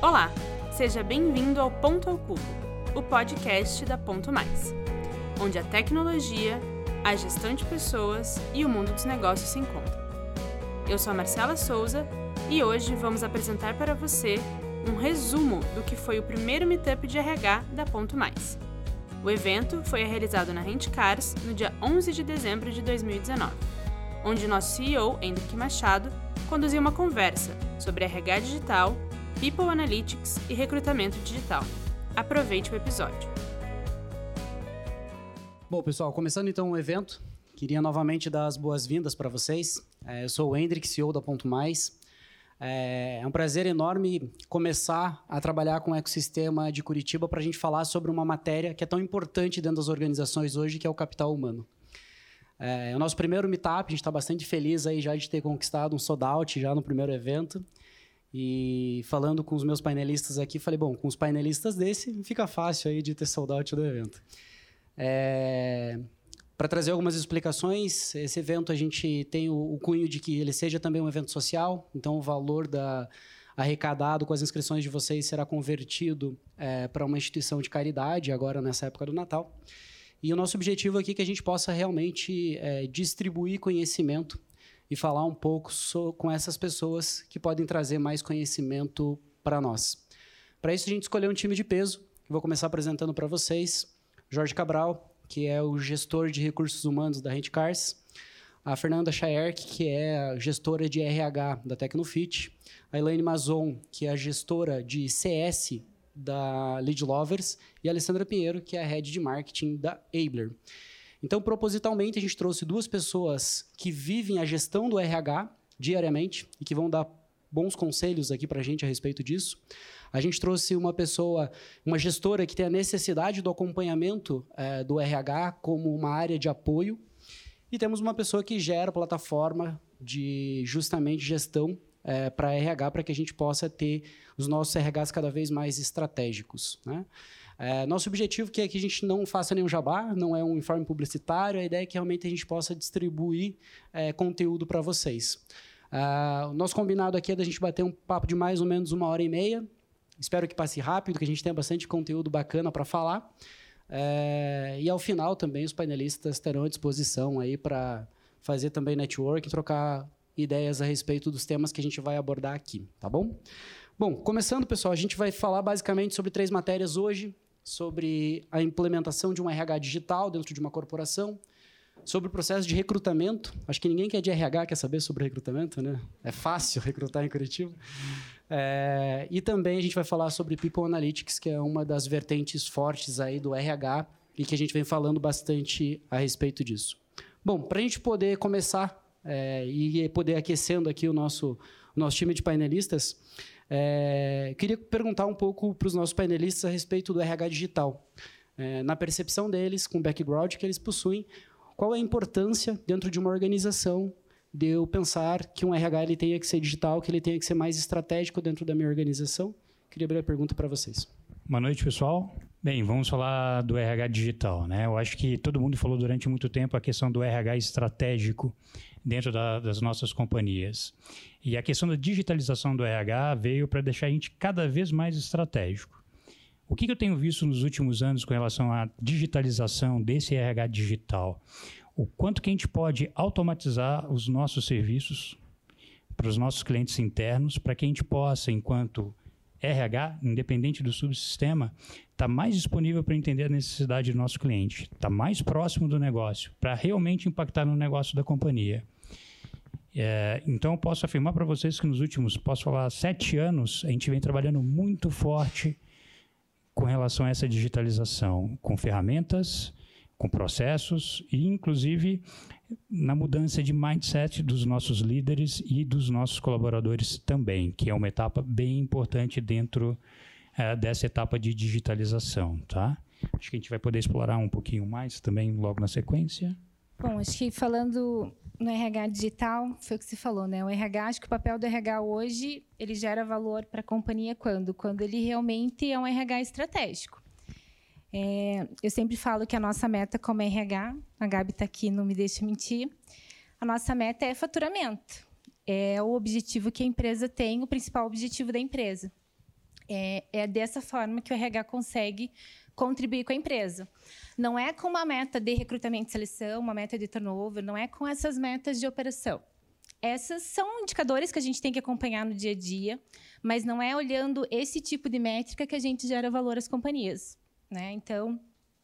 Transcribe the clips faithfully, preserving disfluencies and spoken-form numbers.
Olá, seja bem-vindo ao Ponto ao Cubo, o podcast da Ponto Mais, onde a tecnologia, a gestão de pessoas e o mundo dos negócios se encontram. Eu sou a Marcela Souza e hoje vamos apresentar para você um resumo do que foi o primeiro meetup de R H da Ponto Mais. O evento foi realizado na Rentcars no dia onze de dezembro de dois mil e dezenove, onde nosso C E O, Hendrik Machado, conduziu uma conversa sobre R H digital, People Analytics e recrutamento digital. Aproveite o episódio. Bom, pessoal, começando então o evento, queria novamente dar as boas-vindas para vocês. Eu sou o Hendrik, C E O da Ponto Mais. É um prazer enorme começar a trabalhar com o ecossistema de Curitiba para a gente falar sobre uma matéria que é tão importante dentro das organizações hoje, que é o capital humano. É o nosso primeiro meetup, a gente está bastante feliz aí já de ter conquistado um sold out já no primeiro evento. E falando com os meus painelistas aqui, falei, bom, com os painelistas desse, fica fácil aí de ter sold out do evento. É... Para trazer algumas explicações, esse evento a gente tem o, o cunho de que ele seja também um evento social, então o valor da, arrecadado com as inscrições de vocês será convertido é, para uma instituição de caridade, agora nessa época do Natal. E o nosso objetivo aqui é que a gente possa realmente é, distribuir conhecimento e falar um pouco so, com essas pessoas que podem trazer mais conhecimento para nós. Para isso, a gente escolheu um time de peso, que vou começar apresentando para vocês. Jorge Cabral, que é o gestor de recursos humanos da Rentcars, a Fernanda Schaerk, que é a gestora de R H da Tecnofit, a Elaine Mazon, que é a gestora de C S da Lead Lovers, e a Alessandra Pinheiro, que é a head de marketing da Abler. Então, propositalmente, a gente trouxe duas pessoas que vivem a gestão do R H diariamente e que vão dar bons conselhos aqui para a gente a respeito disso. A gente trouxe uma pessoa, uma gestora que tem a necessidade do acompanhamento é, do R H como uma área de apoio. E temos uma pessoa que gera plataforma de justamente gestão é, para R H, para que a gente possa ter os nossos R Hs cada vez mais estratégicos, né? É, nosso objetivo é que a gente não faça nenhum jabá, não é um informe publicitário, a ideia é que realmente a gente possa distribuir é, conteúdo para vocês. Uh, o nosso combinado aqui é da gente bater um papo de mais ou menos uma hora e meia. Espero que passe rápido, que a gente tenha bastante conteúdo bacana para falar. É, e ao final também os painelistas terão à disposição aí para fazer também network e trocar ideias a respeito dos temas que a gente vai abordar aqui, tá bom? Bom, começando, pessoal, a gente vai falar basicamente sobre três matérias hoje, sobre a implementação de um R H digital dentro de uma corporação, sobre o processo de recrutamento. Acho que ninguém que é de R H quer saber sobre recrutamento, né? É fácil recrutar em Curitiba. É, e também a gente vai falar sobre People Analytics, que é uma das vertentes fortes aí do R H e que a gente vem falando bastante a respeito disso. Bom, para a gente poder começar é, e poder aquecendo aqui o nosso, o nosso time de painelistas, é, queria perguntar um pouco para os nossos painelistas a respeito do R H digital. É, na percepção deles, com o background que eles possuem, qual é a importância dentro de uma organização de eu pensar que um R H ele tenha que ser digital, que ele tenha que ser mais estratégico dentro da minha organização? Queria abrir a pergunta para vocês. Boa noite, pessoal. Bem, vamos falar do R H digital, né? Eu acho que todo mundo falou durante muito tempo a questão do R H estratégico dentro da, das nossas companhias. E a questão da digitalização do R H veio para deixar a gente cada vez mais estratégico. O que eu tenho visto nos últimos anos com relação à digitalização desse R H digital? O quanto que a gente pode automatizar os nossos serviços para os nossos clientes internos, para que a gente possa, enquanto R H, independente do subsistema, estar tá mais disponível para entender a necessidade do nosso cliente, estar tá mais próximo do negócio, para realmente impactar no negócio da companhia. É, então, eu posso afirmar para vocês que nos últimos, posso falar, sete anos, a gente vem trabalhando muito forte com relação a essa digitalização, com ferramentas, com processos e, inclusive, na mudança de mindset dos nossos líderes e dos nossos colaboradores também, que é uma etapa bem importante dentro uh, dessa etapa de digitalização, tá? Acho que a gente vai poder explorar um pouquinho mais também logo na sequência. Bom, acho que falando no R H digital, foi o que você falou, né? O R H, acho que o papel do R H hoje, ele gera valor para a companhia quando? Quando ele realmente é um R H estratégico. É, eu sempre falo que a nossa meta como R H, a Gabi está aqui, não me deixa mentir, a nossa meta é faturamento. É o objetivo que a empresa tem, o principal objetivo da empresa. É, é dessa forma que o R H consegue contribuir com a empresa. Não é com uma meta de recrutamento e seleção, uma meta de turnover, não é com essas metas de operação. Essas são indicadores que a gente tem que acompanhar no dia a dia, mas não é olhando esse tipo de métrica que a gente gera valor às companhias, né? Então,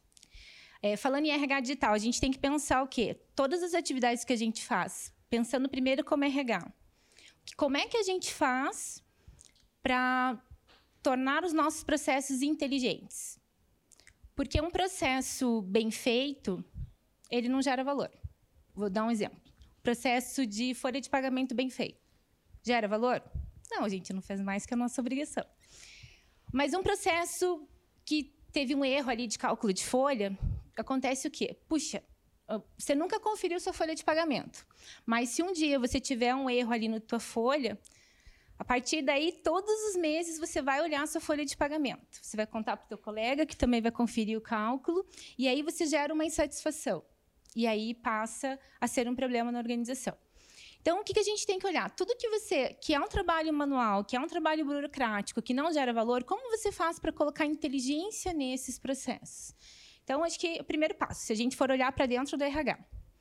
é, falando em R H digital, a gente tem que pensar o quê? Todas as atividades que a gente faz, pensando primeiro como R H. Como é que a gente faz para tornar os nossos processos inteligentes? Porque um processo bem feito, ele não gera valor. Vou dar um exemplo. Processo de folha de pagamento bem feito. Gera valor? Não, a gente não fez mais que a nossa obrigação. Mas um processo que teve um erro ali de cálculo de folha, acontece o quê? Puxa, você nunca conferiu sua folha de pagamento. Mas se um dia você tiver um erro ali na tua folha, a partir daí, todos os meses, você vai olhar a sua folha de pagamento. Você vai contar para o teu colega, que também vai conferir o cálculo, e aí você gera uma insatisfação. E aí passa a ser um problema na organização. Então, o que a gente tem que olhar? Tudo que você, que é um trabalho manual, que é um trabalho burocrático, que não gera valor, como você faz para colocar inteligência nesses processos? Então, acho que o primeiro passo, se a gente for olhar para dentro do R H,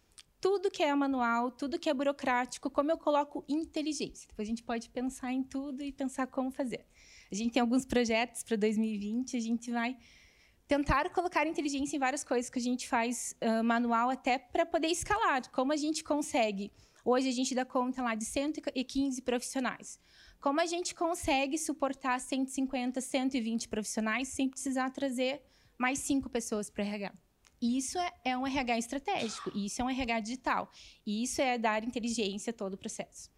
tudo que é manual, tudo que é burocrático, como eu coloco inteligência? Depois a gente pode pensar em tudo e pensar como fazer. A gente tem alguns projetos para dois mil e vinte, a gente vai tentar colocar inteligência em várias coisas que a gente faz uh, manual, até para poder escalar. Como a gente consegue... Hoje, a gente dá conta lá de cento e quinze profissionais. Como a gente consegue suportar cento e cinquenta, cento e vinte profissionais sem precisar trazer mais cinco pessoas para o R H? Isso é, é um R H estratégico, isso é um R H digital, isso é dar inteligência a todo o processo.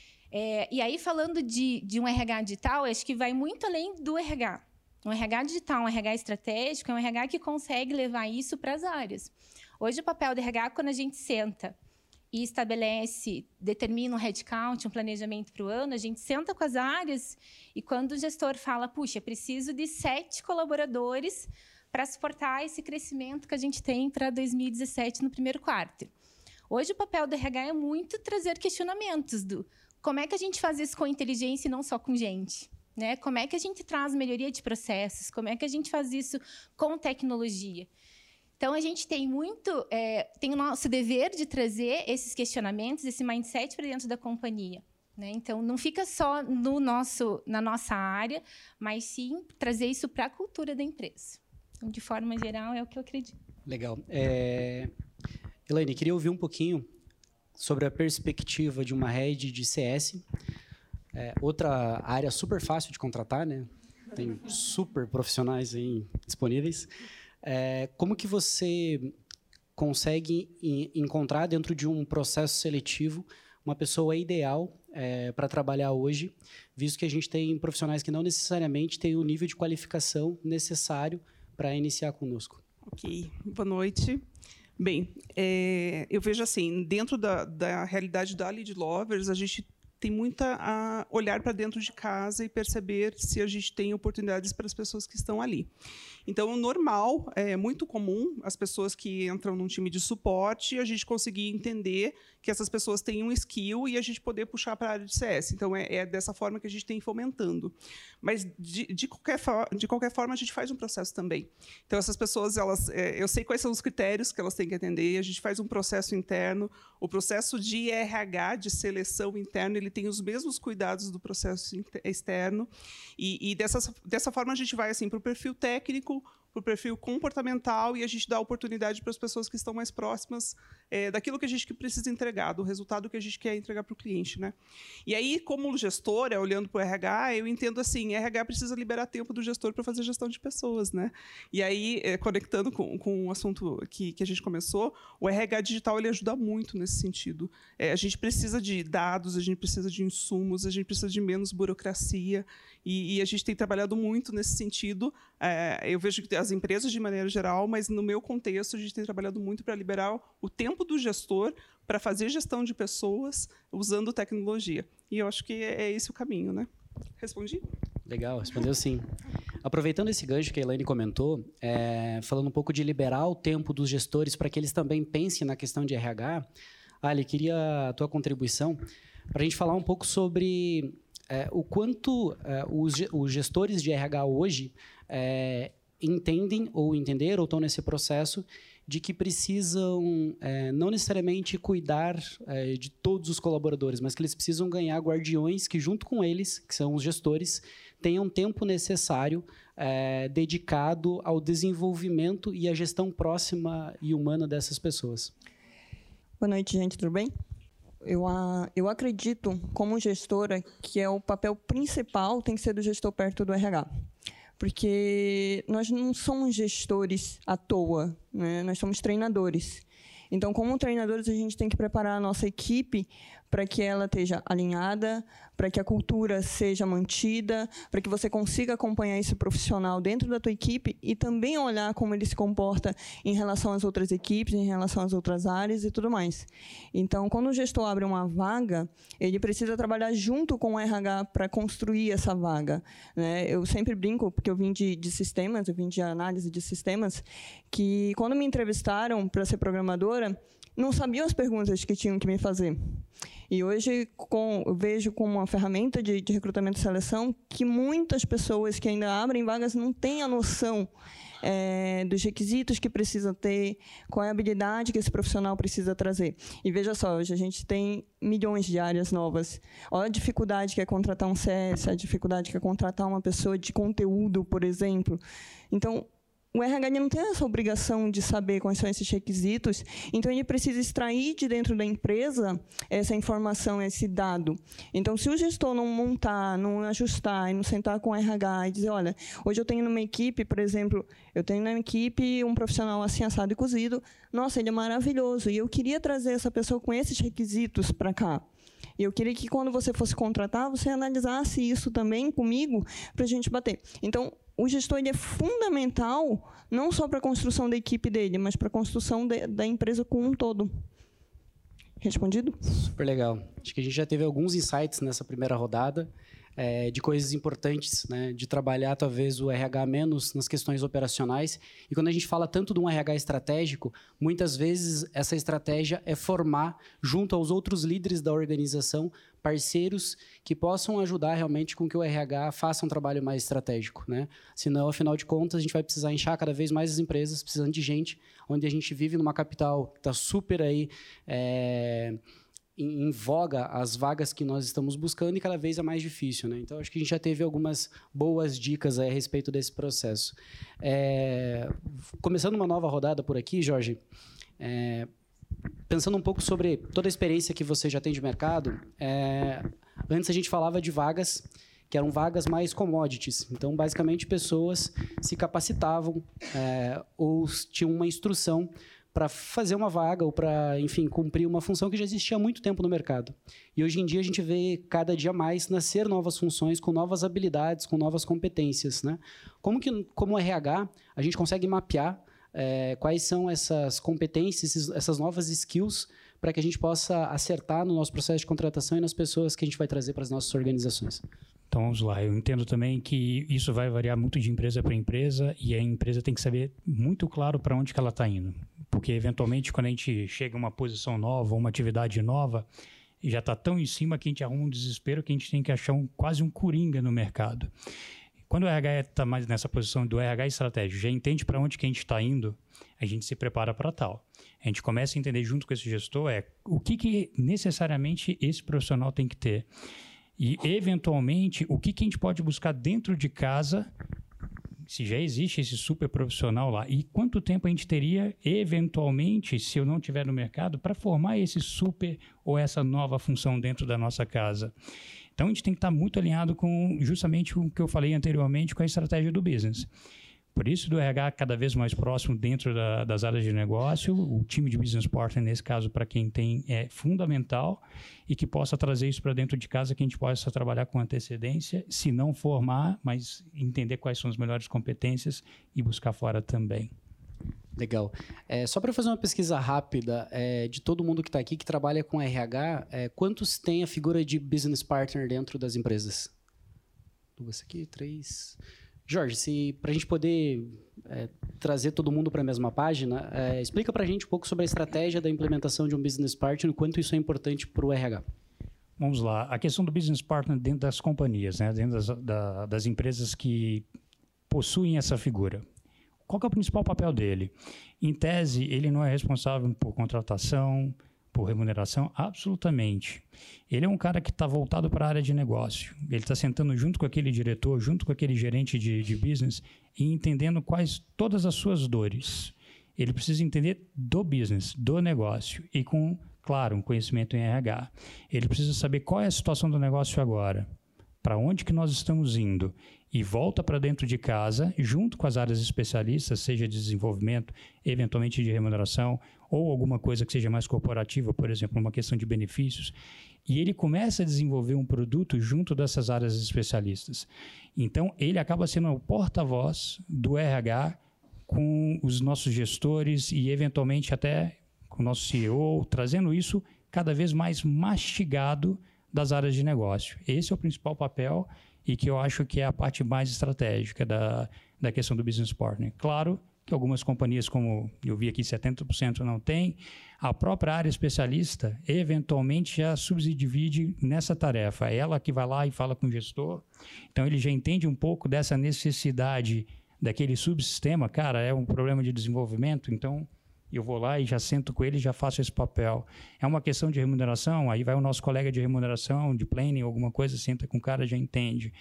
É, e aí, falando de, de um R H digital, acho que vai muito além do R H. Um R H digital, um R H estratégico, é um R H que consegue levar isso para as áreas. Hoje, o papel do R H, quando a gente senta e estabelece, determina um headcount, um planejamento para o ano, a gente senta com as áreas e quando o gestor fala, puxa, preciso de sete colaboradores para suportar esse crescimento que a gente tem para dois mil e dezessete no primeiro quarto. Hoje, o papel do R H é muito trazer questionamentos do como é que a gente faz isso com inteligência e não só com gente, né? Como é que a gente traz melhoria de processos, como é que a gente faz isso com tecnologia. Então, a gente tem muito, é, tem o nosso dever de trazer esses questionamentos, esse mindset para dentro da companhia, né? Então, não fica só no nosso, na nossa área, mas sim trazer isso para a cultura da empresa. De forma geral, é o que eu acredito. Legal. É... Elaine, queria ouvir um pouquinho sobre a perspectiva de uma rede de C S. É, outra área super fácil de contratar, né? Tem super profissionais aí disponíveis. É, como que você consegue encontrar dentro de um processo seletivo uma pessoa ideal é, para trabalhar hoje, visto que a gente tem profissionais que não necessariamente têm o nível de qualificação necessário para iniciar conosco? Ok, boa noite. Bem, é, eu vejo assim, dentro da, da realidade da Lead Lovers, a gente tem muita a olhar para dentro de casa e perceber se a gente tem oportunidades para as pessoas que estão ali. Então, o normal, é muito comum, as pessoas que entram num time de suporte, a gente conseguir entender que essas pessoas têm um skill e a gente poder puxar para a área de C S. Então, é, é dessa forma que a gente tem fomentando. Mas, de, de, qualquer, de qualquer forma, a gente faz um processo também. Então, essas pessoas, elas, é, eu sei quais são os critérios que elas têm que atender, a gente faz um processo interno. O processo de R H, de seleção interna, ele tem os mesmos cuidados do processo externo. E, e dessa, dessa forma, a gente vai assim, para o perfil técnico, para o perfil comportamental e a gente dá oportunidade para as pessoas que estão mais próximas é, daquilo que a gente precisa entregar, do resultado que a gente quer entregar para o cliente, né? E aí, como gestora, olhando para o R H, eu entendo assim, R H precisa liberar tempo do gestor para fazer gestão de pessoas, né? E aí, é, conectando com, com o assunto que, que a gente começou, o R H digital ele ajuda muito nesse sentido. É, a gente precisa de dados, a gente precisa de insumos, a gente precisa de menos burocracia e, e a gente tem trabalhado muito nesse sentido. É, eu vejo que as empresas de maneira geral, mas no meu contexto a gente tem trabalhado muito para liberar o tempo do gestor para fazer gestão de pessoas usando tecnologia. E eu acho que é esse o caminho, né? Respondi? Legal, respondeu sim. Aproveitando esse gancho que a Elaine comentou, é, falando um pouco de liberar o tempo dos gestores para que eles também pensem na questão de R H, Ali, queria a tua contribuição para a gente falar um pouco sobre é, o quanto é, os, os gestores de R H hoje é, entendem ou entenderam ou estão nesse processo de que precisam é, não necessariamente cuidar é, de todos os colaboradores, mas que eles precisam ganhar guardiões que, junto com eles, que são os gestores, tenham tempo necessário é, dedicado ao desenvolvimento e à gestão próxima e humana dessas pessoas. Boa noite, gente, tudo bem? Eu, eu acredito, como gestora, que é o papel principal tem que ser do gestor perto do R H. Porque nós não somos gestores à toa, né? Nós somos treinadores. Então, como treinadores, a gente tem que preparar a nossa equipe para que ela esteja alinhada, para que a cultura seja mantida, para que você consiga acompanhar esse profissional dentro da tua equipe e também olhar como ele se comporta em relação às outras equipes, em relação às outras áreas e tudo mais. Então, quando o gestor abre uma vaga, ele precisa trabalhar junto com o R H para construir essa vaga, né? Eu sempre brinco, porque eu vim de, de sistemas, eu vim de análise de sistemas, que quando me entrevistaram para ser programadora, não sabiam as perguntas que tinham que me fazer. E hoje com, eu vejo como uma ferramenta de, de recrutamento e seleção que muitas pessoas que ainda abrem vagas não têm a noção é, dos requisitos que precisa ter, qual é a habilidade que esse profissional precisa trazer. E veja só, hoje a gente tem milhões de áreas novas. Olha a dificuldade que é contratar um C S, a dificuldade que é contratar uma pessoa de conteúdo, por exemplo. Então, o R H não tem essa obrigação de saber quais são esses requisitos, então ele precisa extrair de dentro da empresa essa informação, esse dado. Então, se o gestor não montar, não ajustar, e não sentar com o R H e dizer, olha, hoje eu tenho numa equipe, por exemplo, eu tenho na equipe um profissional assim, assado e cozido, nossa, ele é maravilhoso, e eu queria trazer essa pessoa com esses requisitos para cá. E eu queria que, quando você fosse contratar, você analisasse isso também comigo para a gente bater. Então, o gestor ele é fundamental não só para a construção da equipe dele, mas para a construção de, da empresa como um todo. Respondido? Super legal. Acho que a gente já teve alguns insights nessa primeira rodada. É, de coisas importantes, né, de trabalhar talvez o R H menos nas questões operacionais. E quando a gente fala tanto de um R H estratégico, muitas vezes essa estratégia é formar, junto aos outros líderes da organização, parceiros que possam ajudar realmente com que o R H faça um trabalho mais estratégico, né? Senão, afinal de contas, a gente vai precisar inchar cada vez mais as empresas, precisando de gente, onde a gente vive numa capital que está super aí... É... em voga as vagas que nós estamos buscando e cada vez é mais difícil, né? Então, acho que a gente já teve algumas boas dicas aí a respeito desse processo. É, começando uma nova rodada por aqui, Jorge, é, pensando um pouco sobre toda a experiência que você já tem de mercado, é, antes a gente falava de vagas que eram vagas mais commodities. Então, basicamente, pessoas se capacitavam é, ou tinham uma instrução para fazer uma vaga ou para, enfim, cumprir uma função que já existia há muito tempo no mercado. E hoje em dia a gente vê cada dia mais nascer novas funções com novas habilidades, com novas competências, né? Como que, como R H, a gente consegue mapear é, quais são essas competências, essas novas skills, para que a gente possa acertar no nosso processo de contratação e nas pessoas que a gente vai trazer para as nossas organizações? Então, vamos lá. Eu entendo também que isso vai variar muito de empresa para empresa e a empresa tem que saber muito claro para onde que ela está indo. Porque, eventualmente, quando a gente chega a uma posição nova, uma atividade nova, já está tão em cima que a gente arruma um desespero que a gente tem que achar um, quase um coringa no mercado. Quando o R H está mais nessa posição do R H estratégico, já entende para onde que a gente está indo, a gente se prepara para tal. A gente começa a entender junto com esse gestor é, o que, que necessariamente esse profissional tem que ter. E, eventualmente, o que, que a gente pode buscar dentro de casa, se já existe esse super profissional lá, e quanto tempo a gente teria, eventualmente, se eu não estiver no mercado, para formar esse super ou essa nova função dentro da nossa casa. Então, a gente tem que estar muito alinhado com justamente o que eu falei anteriormente, com a estratégia do business. Por isso, do R H cada vez mais próximo dentro da, das áreas de negócio, o time de business partner, nesse caso, para quem tem, é fundamental e que possa trazer isso para dentro de casa, que a gente possa trabalhar com antecedência, se não formar, mas entender quais são as melhores competências e buscar fora também. Legal. É, só para fazer uma pesquisa rápida é, de todo mundo que está aqui, que trabalha com R H, é, quantos tem a figura de business partner dentro das empresas? Duas aqui, três... Jorge, se para a gente poder é, trazer todo mundo para a mesma página, é, explica para a gente um pouco sobre a estratégia da implementação de um business partner e quanto isso é importante para o R H. Vamos lá. A questão do business partner dentro das companhias, né? Dentro das, da, das empresas que possuem essa figura. Qual que é o principal papel dele? Em tese, ele não é responsável por contratação, por remuneração, absolutamente. Ele é um cara que está voltado para a área de negócio. Ele está sentando junto com aquele diretor, junto com aquele gerente de, de business e entendendo quais todas as suas dores. Ele precisa entender do business, do negócio e com, claro, um conhecimento em R H. Ele precisa saber qual é a situação do negócio agora, para onde que nós estamos indo e volta para dentro de casa, junto com as áreas especialistas, seja de desenvolvimento, eventualmente de remuneração, ou alguma coisa que seja mais corporativa, por exemplo, uma questão de benefícios, e ele começa a desenvolver um produto junto dessas áreas especialistas. Então, ele acaba sendo o porta-voz do R H com os nossos gestores e, eventualmente, até com o nosso C E O, trazendo isso cada vez mais mastigado das áreas de negócio. Esse é o principal papel e que eu acho que é a parte mais estratégica da, da questão do business partner. Claro que algumas companhias, como eu vi aqui, setenta por cento não tem. A própria área especialista, eventualmente, já subdivide nessa tarefa. É ela que vai lá e fala com o gestor. Então, ele já entende um pouco dessa necessidade daquele subsistema. Cara, é um problema de desenvolvimento, então eu vou lá e já sento com ele e já faço esse papel. É uma questão de remuneração, aí vai o nosso colega de remuneração, de planning, alguma coisa, senta com o cara, já entende.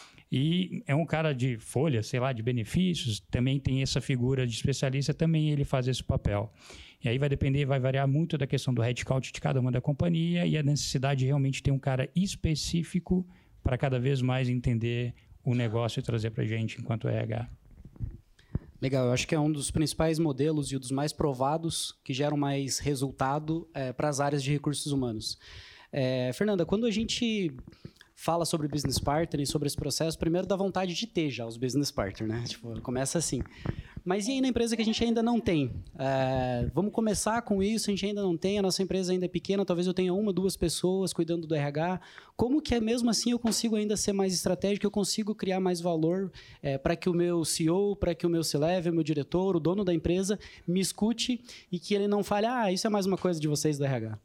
E é um cara de folha, sei lá, de benefícios, também tem essa figura de especialista, também ele faz esse papel. E aí vai depender, vai variar muito da questão do headcount de cada uma da companhia e a necessidade de realmente ter um cara específico para cada vez mais entender o negócio e trazer para a gente enquanto R H. Legal, eu acho que é um dos principais modelos e um dos mais provados que geram mais resultado é, para as áreas de recursos humanos. É, Fernanda, quando a gente fala sobre business partner e sobre esse processo, primeiro dá vontade de ter já os business partners, né? Tipo, começa assim. Mas e aí na empresa que a gente ainda não tem? É, vamos começar com isso, a gente ainda não tem, a nossa empresa ainda é pequena, talvez eu tenha uma, duas pessoas cuidando do R H. Como que é, mesmo assim eu consigo ainda ser mais estratégico, eu consigo criar mais valor é, para que o meu C E O, para que o meu C-Level, o meu diretor, o dono da empresa me escute e que ele não fale, ah, isso é mais uma coisa de vocês do R H?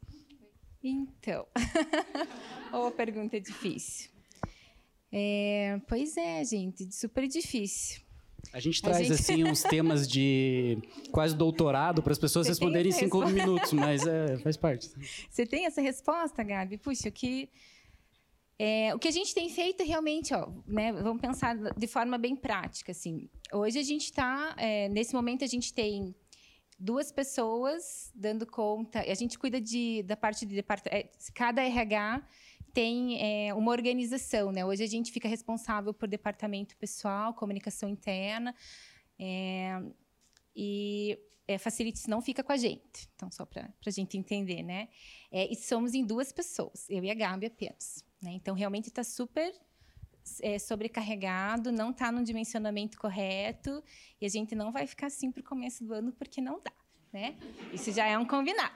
Então, uma pergunta difícil. É, pois é, gente, super difícil. A gente traz, a gente... assim, uns temas de quase doutorado para as pessoas Você responderem em cinco resposta? minutos, mas é, faz parte. Você tem essa resposta, Gabi? Puxa, o que, é, o que a gente tem feito realmente, ó, né, vamos pensar de forma bem prática. Assim. Hoje a gente está, é, nesse momento a gente tem duas pessoas dando conta, a gente cuida de, da parte de departamento, cada R H tem é, uma organização, né? Hoje a gente fica responsável por departamento pessoal, comunicação interna, é, e é, Facilities não fica com a gente. Então, só para a gente entender, né? É, e somos em duas pessoas, eu e a Gabi apenas. Né? Então, realmente está super é, sobrecarregado, não está no dimensionamento correto, e a gente não vai ficar assim para o começo do ano, porque não dá, né? Isso já é um combinado.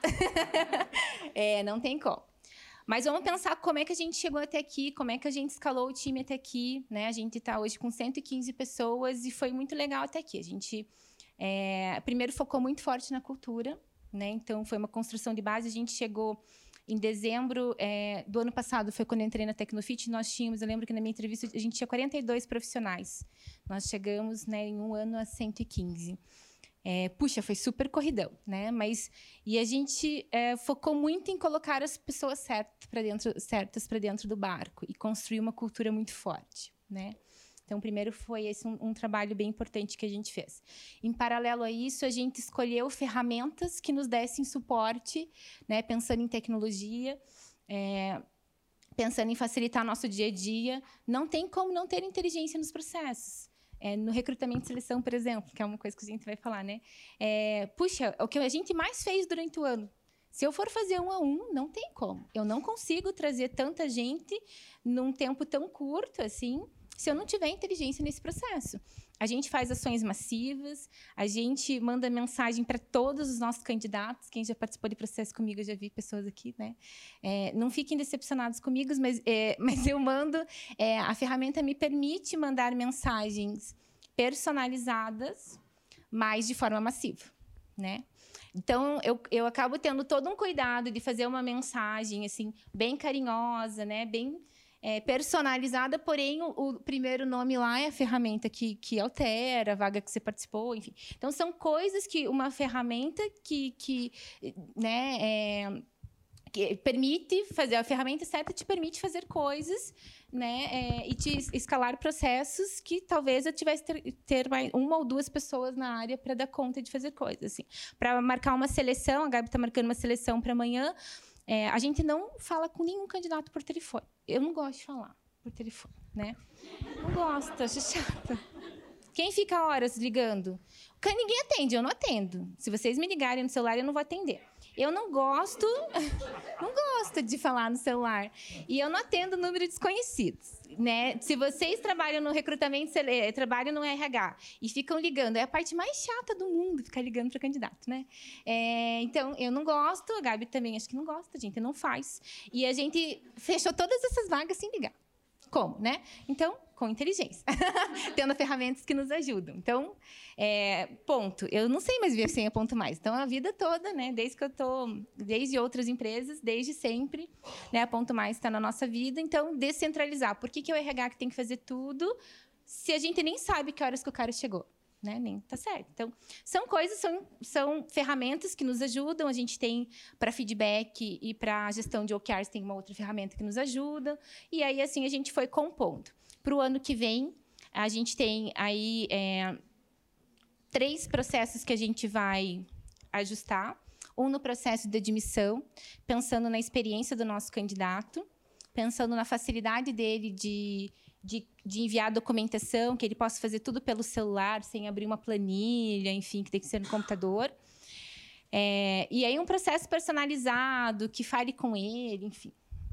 é, não tem como. Mas vamos pensar como é que a gente chegou até aqui, como é que a gente escalou o time até aqui, né? A gente está hoje com cento e quinze pessoas e foi muito legal até aqui. A gente, é, primeiro, focou muito forte na cultura, né? Então, foi uma construção de base. A gente chegou em dezembro é, do ano passado, foi quando eu entrei na Tecnofit, nós tínhamos, eu lembro que na minha entrevista, a gente tinha quarenta e dois profissionais. Nós chegamos, né, em um ano a cento e quinze. É, puxa, foi super corridão, né? Mas e a gente é, focou muito em colocar as pessoas certas para dentro, certas para dentro do barco e construir uma cultura muito forte, né? Então, primeiro foi esse um, um trabalho bem importante que a gente fez. Em paralelo a isso, a gente escolheu ferramentas que nos dessem suporte, né? Pensando em tecnologia, é, pensando em facilitar nosso dia a dia. Não tem como não ter inteligência nos processos. É, no recrutamento e seleção, por exemplo, que é uma coisa que a gente vai falar, né? É, puxa, o que a gente mais fez durante o ano. Se eu for fazer um a um, não tem como. Eu não consigo trazer tanta gente num tempo tão curto, assim, se eu não tiver inteligência nesse processo. A gente faz ações massivas, a gente manda mensagem para todos os nossos candidatos. Quem já participou de processo comigo, eu já vi pessoas aqui, né? É, não fiquem decepcionados comigo, mas, é, mas eu mando... É, a ferramenta me permite mandar mensagens personalizadas, mas de forma massiva, né? Então, eu, eu acabo tendo todo um cuidado de fazer uma mensagem, assim, bem carinhosa, né? Bem é, personalizada, porém, o, o primeiro nome lá é a ferramenta que, que altera, a vaga que você participou, enfim. Então, são coisas que uma ferramenta que, que né, é, que permite fazer, a ferramenta certa te permite fazer coisas, né, é, e te escalar processos que talvez eu tivesse ter, ter mais uma ou duas pessoas na área para dar conta de fazer coisas. Assim. Para marcar uma seleção, a Gabi está marcando uma seleção para amanhã, é, a gente não fala com nenhum candidato por telefone. Eu não gosto de falar por telefone, né? Não gosto, acho chata. Quem fica horas ligando? Ninguém atende, eu não atendo. Se vocês me ligarem no celular, eu não vou atender. Eu não gosto, não gosto de falar no celular. E eu não atendo número desconhecidos, né? Se vocês trabalham no recrutamento, trabalham no R H e ficam ligando, é a parte mais chata do mundo, ficar ligando para candidato, né? É, então, eu não gosto, a Gabi também acho que não gosta, a gente não faz. E a gente fechou todas essas vagas sem ligar. Como, né? Então, com inteligência. Tendo ferramentas que nos ajudam. Então, é, ponto. Eu não sei mais ver sem a ponto mais. Então, a vida toda, né? Desde que eu tô... Desde outras empresas, desde sempre, né? A ponto mais está na nossa vida. Então, descentralizar. Por que, que é o R H que tem que fazer tudo se a gente nem sabe que horas que o cara chegou? Né? Nem tá certo. Então, são coisas, são, são ferramentas que nos ajudam. A gente tem para feedback e para gestão de O K Rs tem uma outra ferramenta que nos ajuda. E aí, assim, a gente foi compondo. Para o ano que vem, a gente tem aí é, três processos que a gente vai ajustar. Um no processo de admissão, pensando na experiência do nosso candidato, pensando na facilidade dele de... De, de enviar documentação, que ele possa fazer tudo pelo celular, sem abrir uma planilha, enfim, que tem que ser no computador. É, e aí um processo personalizado, que fale com ele, enfim.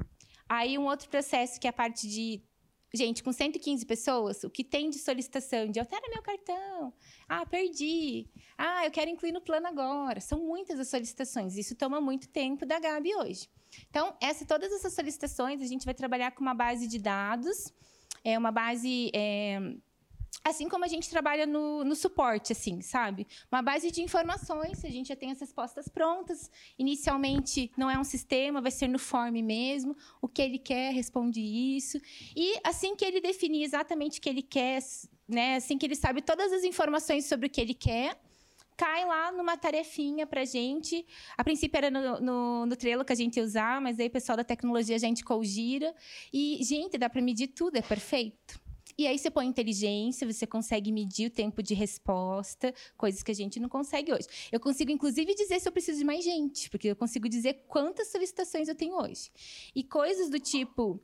Aí um outro processo que é a parte de... Gente, com cento e quinze pessoas, o que tem de solicitação de altera meu cartão, ah, perdi, ah, eu quero incluir no plano agora. São muitas as solicitações, isso toma muito tempo da Gabi hoje. Então, essa, todas essas solicitações, a gente vai trabalhar com uma base de dados. É uma base, é, assim como a gente trabalha no, no suporte, assim, sabe? Uma base de informações, a gente já tem as respostas prontas. Inicialmente, não é um sistema, vai ser no form mesmo. O que ele quer, responde isso. E assim que ele definir exatamente o que ele quer, né? Assim que ele sabe todas as informações sobre o que ele quer, cai lá numa tarefinha para a gente. A princípio era no, no, no Trello que a gente ia usar, mas aí o pessoal da tecnologia já indicou o Gira. E, gente, dá para medir tudo, é perfeito. E aí você põe inteligência, você consegue medir o tempo de resposta, coisas que a gente não consegue hoje. Eu consigo, inclusive, dizer se eu preciso de mais gente, porque eu consigo dizer quantas solicitações eu tenho hoje. E coisas do tipo...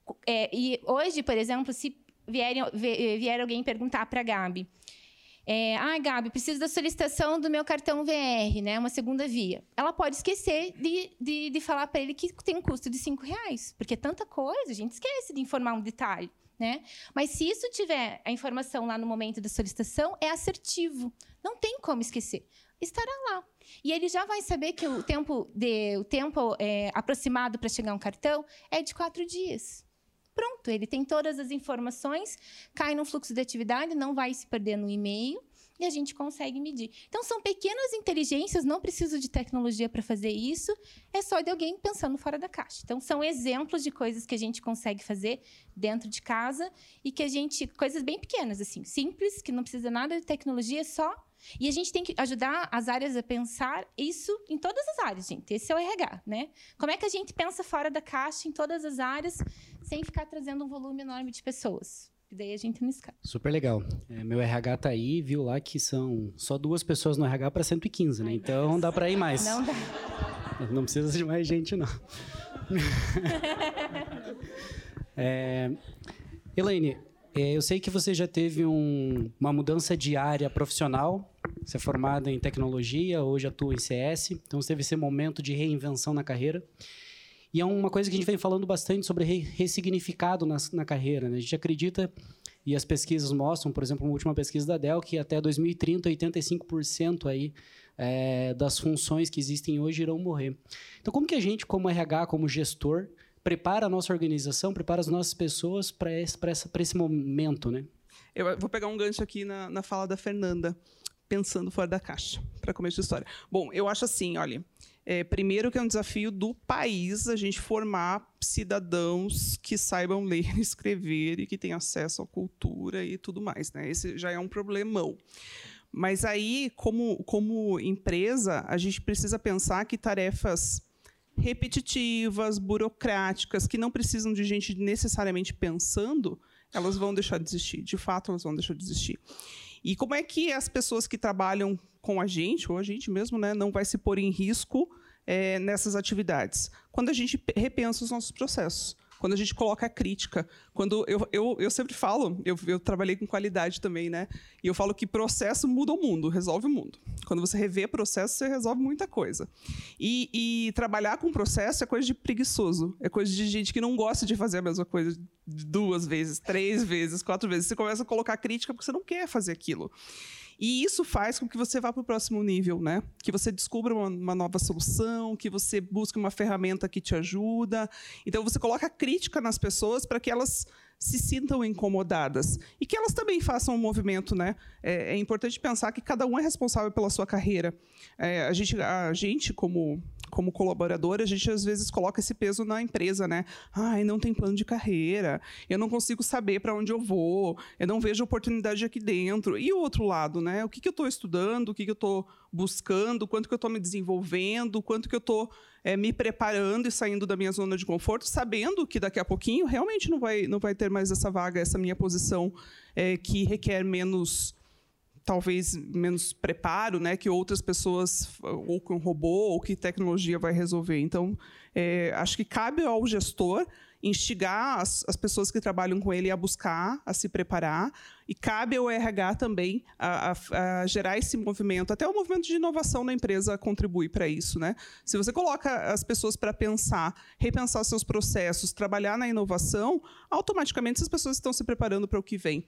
É, e hoje, por exemplo, se vier, vier alguém perguntar para a Gabi... É, ah, Gabi, preciso da solicitação do meu cartão V R, né? Uma segunda via. Ela pode esquecer de, de, de falar para ele que tem um custo de cinco reais, porque é tanta coisa, a gente esquece de informar um detalhe, né? Mas se isso tiver a informação lá no momento da solicitação, é assertivo. Não tem como esquecer. Estará lá. E ele já vai saber que o tempo, de, o tempo é, aproximado para chegar um cartão é de quatro dias. Pronto, ele tem todas as informações, cai num fluxo de atividade, não vai se perder no e-mail e a gente consegue medir. Então, são pequenas inteligências, não preciso de tecnologia para fazer isso, é só de alguém pensando fora da caixa. Então, são exemplos de coisas que a gente consegue fazer dentro de casa e que a gente... Coisas bem pequenas, assim, simples, que não precisa nada de tecnologia, só... E a gente tem que ajudar as áreas a pensar isso em todas as áreas, gente. Esse é o R H, né? Como é que a gente pensa fora da caixa em todas as áreas, sem ficar trazendo um volume enorme de pessoas? E daí a gente não escapa. Super legal. É, meu R H tá aí, viu lá que são só duas pessoas no R H para cento e quinze, né? Ai, então Deus. Dá para ir mais. Não dá. Não precisa de mais gente, não. é, Elaine, é, eu sei que você já teve um, uma mudança de área profissional. Você é formada em tecnologia, hoje atua em C S. Então, você teve esse momento de reinvenção na carreira. E é uma coisa que a gente vem falando bastante sobre re ressignificado na, na carreira, né? A gente acredita, e as pesquisas mostram, por exemplo, uma última pesquisa da Dell, que até dois mil e trinta, oitenta e cinco por cento aí, é, das funções que existem hoje irão morrer. Então, como que a gente, como R H, como gestor, prepara a nossa organização, prepara as nossas pessoas para esse, esse momento, né? Eu vou pegar um gancho aqui na, na fala da Fernanda. pensando fora da caixa, para começo de história. Bom, eu acho assim, olha, é, primeiro que é um desafio do país a gente formar cidadãos que saibam ler e escrever e que tenham acesso à cultura e tudo mais, né? Esse já é um problemão. Mas aí, como, como empresa, a gente precisa pensar que tarefas repetitivas, burocráticas, que não precisam de gente necessariamente pensando, elas vão deixar de existir. De fato, elas vão deixar de existir. E como é que as pessoas que trabalham com a gente, ou a gente mesmo, né, não vai se pôr em risco é, nessas atividades? Quando a gente repensa os nossos processos. Quando a gente coloca a crítica. Quando eu, eu, eu sempre falo, eu, eu trabalhei com qualidade também, né? E eu falo que processo muda o mundo, resolve o mundo. Quando você revê processo, você resolve muita coisa. E, e trabalhar com processo é coisa de preguiçoso. É coisa de gente que não gosta de fazer a mesma coisa duas vezes, três vezes, quatro vezes. Você começa a colocar crítica porque você não quer fazer aquilo. E isso faz com que você vá para o próximo nível, né? Que você descubra uma, uma nova solução, que você busque uma ferramenta que te ajuda. Então, você coloca crítica nas pessoas para que elas se sintam incomodadas. E que elas também façam um movimento, né? É, é importante pensar que cada um é responsável pela sua carreira. É, a gente, a gente como... como colaborador, a gente às vezes coloca esse peso na empresa, né? Ai, não tem plano de carreira, eu não consigo saber para onde eu vou, eu não vejo oportunidade aqui dentro. E o outro lado, né? O que, que eu estou estudando, o que, que eu estou buscando, quanto que eu estou me desenvolvendo, quanto que eu estou é, me preparando e saindo da minha zona de conforto, sabendo que daqui a pouquinho realmente não vai, não vai ter mais essa vaga, essa minha posição é, que requer menos... talvez menos preparo, né, que outras pessoas, ou com robô, ou que tecnologia vai resolver. Então, é, acho que cabe ao gestor instigar as, as pessoas que trabalham com ele a buscar, a se preparar, e cabe ao R H também a, a, a gerar esse movimento. Até o movimento de inovação na empresa contribui para isso, né? Se você coloca as pessoas para pensar, repensar seus processos, trabalhar na inovação, automaticamente essas pessoas estão se preparando para o que vem.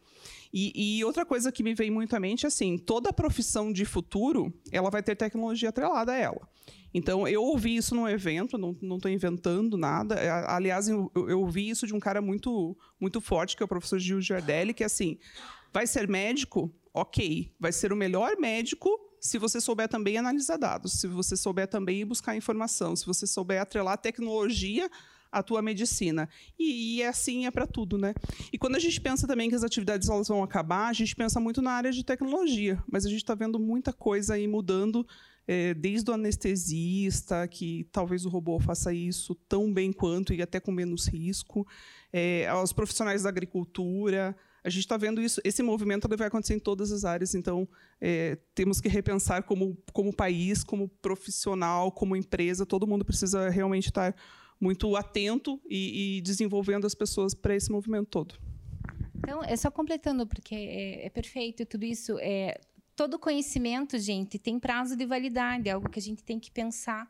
E, e outra coisa que me vem muito à mente é assim, toda profissão de futuro, ela vai ter tecnologia atrelada a ela. Então, eu ouvi isso num evento, não estou inventando nada. Aliás, eu, eu ouvi isso de um cara muito, muito forte, que é o professor Gil Giardelli, que é assim, vai ser médico? Ok. Vai ser o melhor médico se você souber também analisar dados, se você souber também buscar informação, se você souber atrelar tecnologia à tua medicina. E, e assim é para tudo, né? E quando a gente pensa também que as atividades elas vão acabar, a gente pensa muito na área de tecnologia, mas a gente está vendo muita coisa aí mudando, é, desde o anestesista, que talvez o robô faça isso tão bem quanto e até com menos risco, é, aos profissionais da agricultura. A gente está vendo isso, esse movimento ele vai acontecer em todas as áreas, então é, temos que repensar como, como país, como profissional, como empresa, todo mundo precisa realmente estar muito atento e, e desenvolvendo as pessoas para esse movimento todo. Então, é só completando, porque é, é perfeito tudo isso. É, todo conhecimento, gente, tem prazo de validade, é algo que a gente tem que pensar.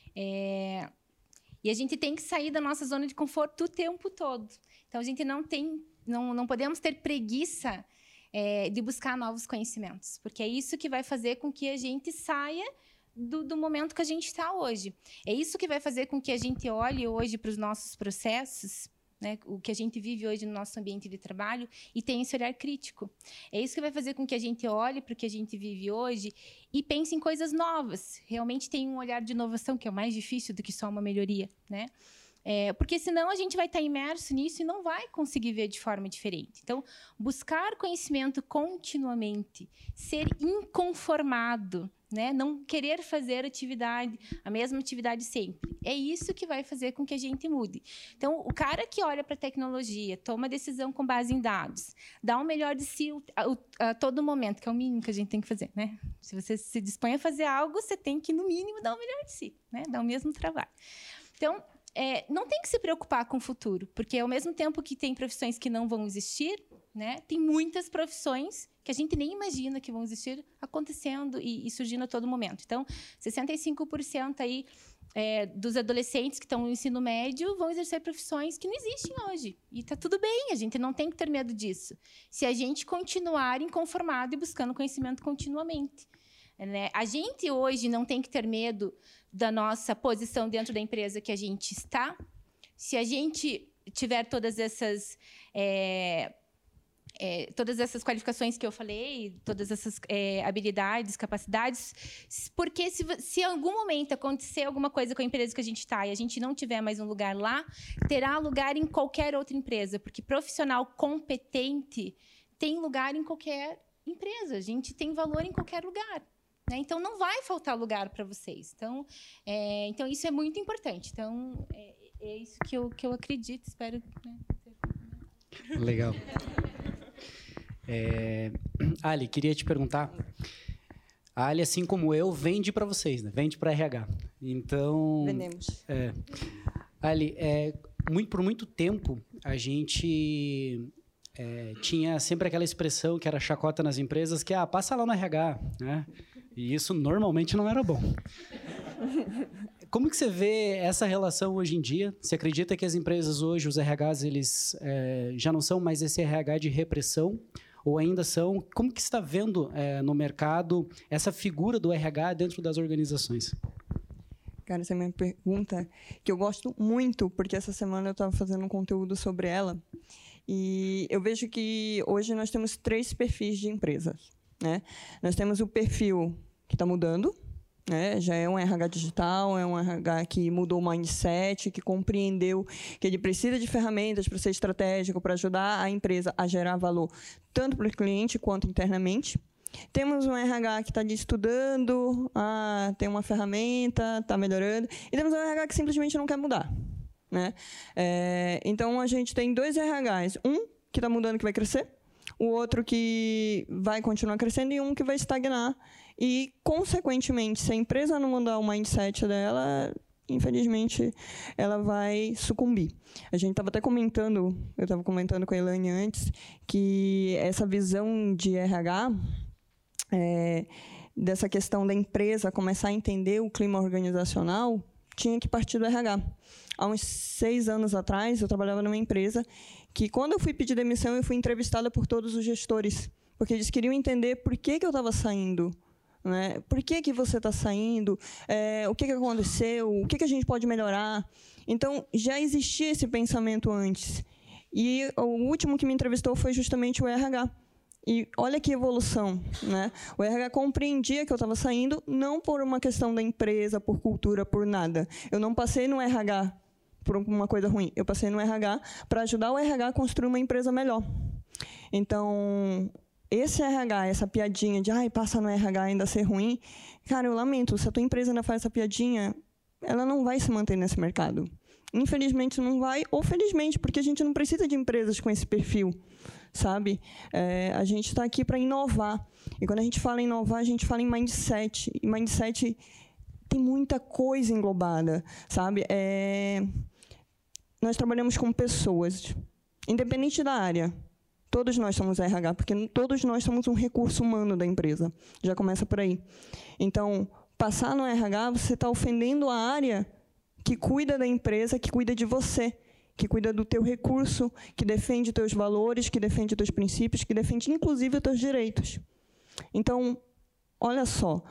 É, e a gente tem que sair da nossa zona de conforto o tempo todo. Então, a gente não tem, não, não podemos ter preguiça é, de buscar novos conhecimentos, porque é isso que vai fazer com que a gente saia Do, do momento que a gente está hoje. É isso que vai fazer com que a gente olhe hoje para os nossos processos, né, o que a gente vive hoje no nosso ambiente de trabalho, e tenha esse olhar crítico. É isso que vai fazer com que a gente olhe para o que a gente vive hoje e pense em coisas novas. Realmente tem um olhar de inovação, que é o mais difícil do que só uma melhoria, né? É, porque senão a gente vai estar imerso nisso e não vai conseguir ver de forma diferente. Então, buscar conhecimento continuamente, ser inconformado, né? Não querer fazer atividade, a mesma atividade sempre. É isso que vai fazer com que a gente mude. Então, o cara que olha para a tecnologia, toma decisão com base em dados, dá o melhor de si a, a todo momento, que é o mínimo que a gente tem que fazer, né? Se você se dispõe a fazer algo, você tem que, no mínimo, dar o melhor de si, né? Dar o mesmo trabalho. Então, É, não tem que se preocupar com o futuro, porque ao mesmo tempo que tem profissões que não vão existir, né, tem muitas profissões que a gente nem imagina que vão existir acontecendo e, e surgindo a todo momento. Então, sessenta e cinco por cento aí, é, dos adolescentes que estão no ensino médio vão exercer profissões que não existem hoje. E está tudo bem, a gente não tem que ter medo disso. Se a gente continuar inconformado e buscando conhecimento continuamente. Né? A gente hoje não tem que ter medo da nossa posição dentro da empresa que a gente está. Se a gente tiver todas essas é, É, todas essas qualificações que eu falei, todas essas é, habilidades, capacidades, porque se, se em algum momento acontecer alguma coisa com a empresa que a gente está e a gente não tiver mais um lugar lá, terá lugar em qualquer outra empresa, porque profissional competente tem lugar em qualquer empresa, a gente tem valor em qualquer lugar. Né? Então, não vai faltar lugar para vocês. Então, é, então, isso é muito importante. Então, é, é isso que eu, que eu acredito, espero... Né, ter... Legal. É, Ali, queria te perguntar. A Ali, assim como eu, vende para vocês, né? Vende para R H. Então, vendemos. É, Ali, é, muito, por muito tempo a gente é, tinha sempre aquela expressão que era chacota nas empresas, que ah, passa lá no R H, né? E isso normalmente não era bom. Como que você vê essa relação hoje em dia? Você acredita que as empresas hoje, os R Hs, eles é, já não são mais esse R H de repressão? Ou ainda são? Como que você está vendo é, no mercado essa figura do R H dentro das organizações? Cara, essa é uma pergunta que eu gosto muito, porque essa semana eu estava fazendo um conteúdo sobre ela. E eu vejo que hoje nós temos três perfis de empresas. Né? Nós temos o perfil que está mudando, né? Já é um R H digital, é um R H que mudou o mindset, que compreendeu que ele precisa de ferramentas para ser estratégico, para ajudar a empresa a gerar valor, tanto para o cliente quanto internamente. Temos um R H que está ali estudando, ah, tem uma ferramenta, está melhorando, e temos um R H que simplesmente não quer mudar. Né? É, então, a gente tem dois R Hs, um que está mudando, que vai crescer, o outro que vai continuar crescendo e um que vai estagnar. E, consequentemente, se a empresa não mudar o mindset dela, infelizmente, ela vai sucumbir. A gente estava até comentando, eu estava comentando com a Elaine antes, que essa visão de R H, é, dessa questão da empresa começar a entender o clima organizacional, tinha que partir do R H. Há uns seis anos atrás, eu trabalhava numa empresa que, quando eu fui pedir demissão, eu fui entrevistada por todos os gestores, porque eles queriam entender por que, que eu estava saindo. Né? Por que, que você está saindo? É, o que, que aconteceu? O que, que a gente pode melhorar? Então, já existia esse pensamento antes. E o último que me entrevistou foi justamente o R H. E olha que evolução. Né? O R H compreendia que eu estava saindo, não por uma questão da empresa, por cultura, por nada. Eu não passei no R H por uma coisa ruim. Eu passei no R H para ajudar o R H a construir uma empresa melhor. Então, esse R H, essa piadinha de ai, passa no R H ainda ser ruim, cara, eu lamento, se a tua empresa ainda faz essa piadinha, ela não vai se manter nesse mercado. Infelizmente não vai, ou felizmente, porque a gente não precisa de empresas com esse perfil, sabe? É, a gente está aqui para inovar. E quando a gente fala em inovar, a gente fala em mindset. E mindset tem muita coisa englobada, sabe? É, nós trabalhamos com pessoas, independente da área. Todos nós somos R H, porque todos nós somos um recurso humano da empresa. Já começa por aí. Então, passar no R H, você está ofendendo a área que cuida da empresa, que cuida de você, que cuida do teu recurso, que defende teus valores, que defende teus princípios, que defende, inclusive, os teus direitos. Então, olha só,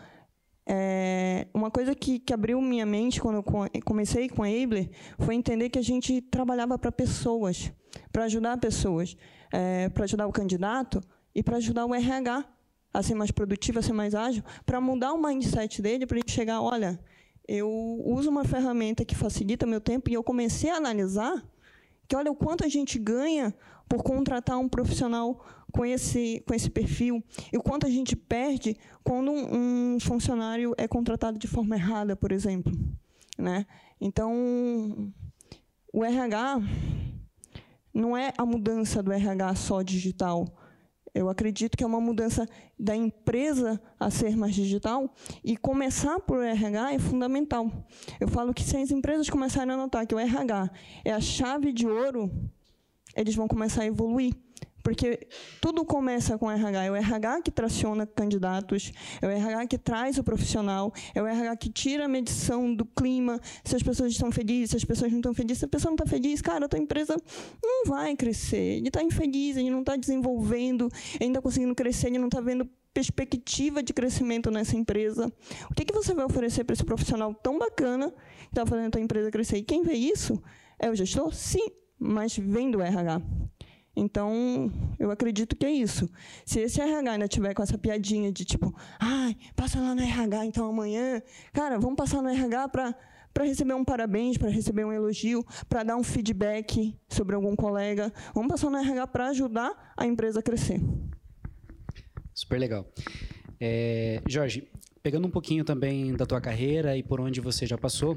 é, uma coisa que, que abriu minha mente quando eu comecei com a Abler foi entender que a gente trabalhava para pessoas, para ajudar pessoas, é, para ajudar o candidato e para ajudar o R H a ser mais produtivo, a ser mais ágil, para mudar o mindset dele, para ele chegar, olha, eu uso uma ferramenta que facilita meu tempo e eu comecei a analisar que, olha, o quanto a gente ganha por contratar um profissional com esse, com esse perfil e o quanto a gente perde quando um, um funcionário é contratado de forma errada, por exemplo. Né? Então, o R H não é a mudança do R H só digital. Eu acredito que é uma mudança da empresa a ser mais digital e começar por R H é fundamental. Eu falo que se as empresas começarem a notar que o R H é a chave de ouro, eles vão começar a evoluir. Porque tudo começa com o R H. É o R H que traciona candidatos, é o R H que traz o profissional, é o R H que tira a medição do clima, se as pessoas estão felizes, se as pessoas não estão felizes. Se a pessoa não está feliz, cara, a tua empresa não vai crescer. Ele está infeliz, ele não está desenvolvendo, ele não está conseguindo crescer, ele não está vendo perspectiva de crescimento nessa empresa. O que, que você vai oferecer para esse profissional tão bacana que está fazendo a tua empresa crescer? E quem vê isso é o gestor? Sim, mas vem do R H. Então, eu acredito que é isso. Se esse R H ainda tiver com essa piadinha de tipo, ai, passa lá no R H, então amanhã, cara, vamos passar no R H para para receber um parabéns, para receber um elogio, para dar um feedback sobre algum colega. Vamos passar no R H para ajudar a empresa a crescer. Super legal. É, Jorge, pegando um pouquinho também da tua carreira e por onde você já passou,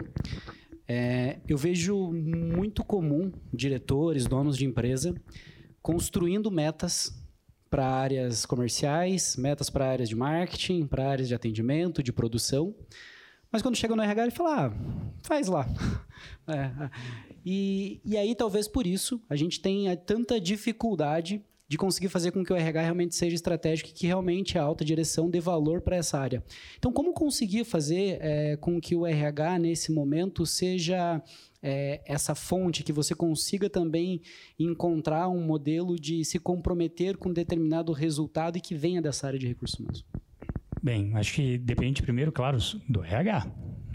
é, eu vejo muito comum diretores, donos de empresa, construindo metas para áreas comerciais, metas para áreas de marketing, para áreas de atendimento, de produção. Mas quando chega no R H, ele fala, ah, faz lá. É, e, e aí, talvez por isso, a gente tenha tanta dificuldade de conseguir fazer com que o R H realmente seja estratégico e que realmente a alta direção dê valor para essa área. Então, como conseguir fazer é, com que o R H, nesse momento, seja é, essa fonte, que você consiga também encontrar um modelo de se comprometer com determinado resultado e que venha dessa área de recursos humanos? Bem, acho que depende primeiro, claro, do R H,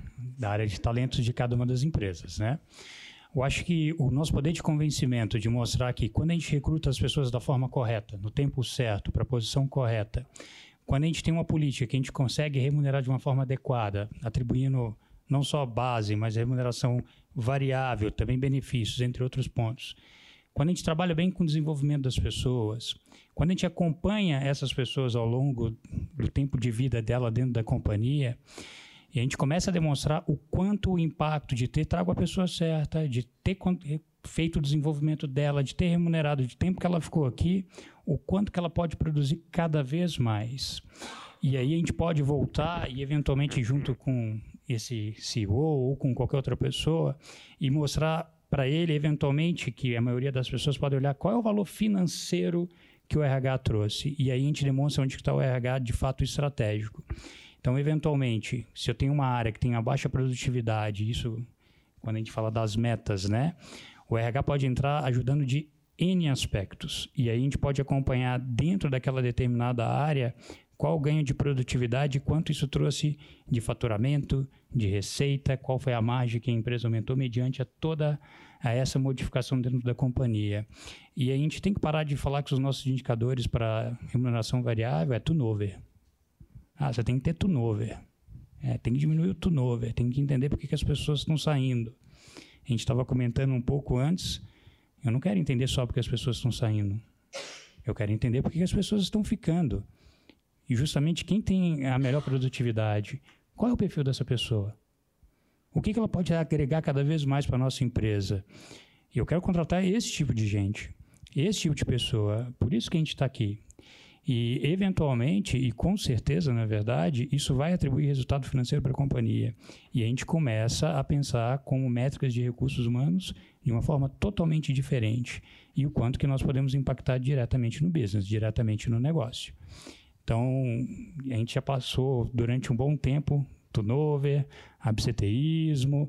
da área de talentos de cada uma das empresas, né? Eu acho que o nosso poder de convencimento de mostrar que quando a gente recruta as pessoas da forma correta, no tempo certo, para a posição correta, quando a gente tem uma política que a gente consegue remunerar de uma forma adequada, atribuindo não só base, mas remuneração variável, também benefícios, entre outros pontos. Quando a gente trabalha bem com o desenvolvimento das pessoas, quando a gente acompanha essas pessoas ao longo do tempo de vida dela dentro da companhia, e a gente começa a demonstrar o quanto o impacto de ter trago a pessoa certa, de ter feito o desenvolvimento dela, de ter remunerado de tempo que ela ficou aqui, o quanto que ela pode produzir cada vez mais. E aí a gente pode voltar e, eventualmente, junto com esse C E O ou com qualquer outra pessoa, e mostrar para ele, eventualmente, que a maioria das pessoas pode olhar qual é o valor financeiro que o R H trouxe. E aí a gente demonstra onde está o R H de fato estratégico. Então, eventualmente, se eu tenho uma área que tem uma baixa produtividade, isso quando a gente fala das metas, né? O R H pode entrar ajudando de N aspectos. E aí a gente pode acompanhar dentro daquela determinada área qual o ganho de produtividade, quanto isso trouxe de faturamento, de receita, qual foi a margem que a empresa aumentou mediante a toda a essa modificação dentro da companhia. E a gente tem que parar de falar que os nossos indicadores para remuneração variável é turnover. Ah, você tem que ter turnover. É, tem que diminuir o turnover, tem que entender por que, que as pessoas estão saindo. A gente estava comentando um pouco antes, eu não quero entender só porque as pessoas estão saindo. Eu quero entender por que, que as pessoas estão ficando. E justamente quem tem a melhor produtividade, qual é o perfil dessa pessoa? O que, que ela pode agregar cada vez mais para a nossa empresa? E eu quero contratar esse tipo de gente, esse tipo de pessoa. Por isso que a gente está aqui. E, eventualmente, e com certeza, na verdade, isso vai atribuir resultado financeiro para a companhia. E a gente começa a pensar como métricas de recursos humanos de uma forma totalmente diferente. E o quanto que nós podemos impactar diretamente no business, diretamente no negócio. Então, a gente já passou durante um bom tempo turnover, absenteísmo,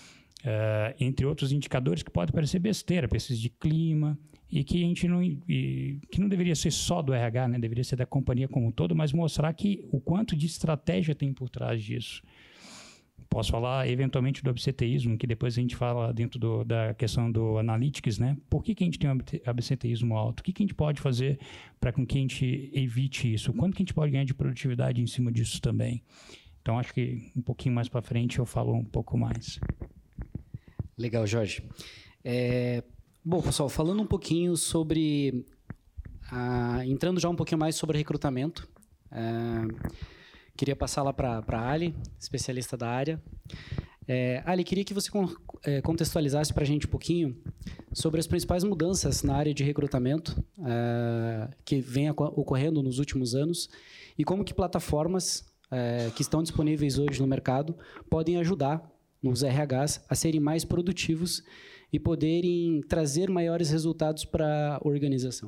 uh, entre outros indicadores que podem parecer besteira, pesquisa de clima, e que a gente não, e, que não deveria ser só do R H, né? Deveria ser da companhia como um todo, mas mostrar que o quanto de estratégia tem por trás disso. Posso falar, eventualmente, do absenteísmo, que depois a gente fala dentro do, da questão do analytics, né? Por que, que a gente tem um absenteísmo alto? O que, que a gente pode fazer para que a gente evite isso? Quanto que a gente pode ganhar de produtividade em cima disso também? Então, acho que um pouquinho mais para frente eu falo um pouco mais. Legal, Jorge. É, bom, pessoal, falando um pouquinho sobre... A, entrando já um pouquinho mais sobre recrutamento. É, queria passar lá para a Ali, especialista da área. É, Ali, queria que você é, contextualizasse para a gente um pouquinho sobre as principais mudanças na área de recrutamento é, que vem ocorrendo nos últimos anos e como que plataformas é, que estão disponíveis hoje no mercado podem ajudar os R Hs a serem mais produtivos e poderem trazer maiores resultados para a organização.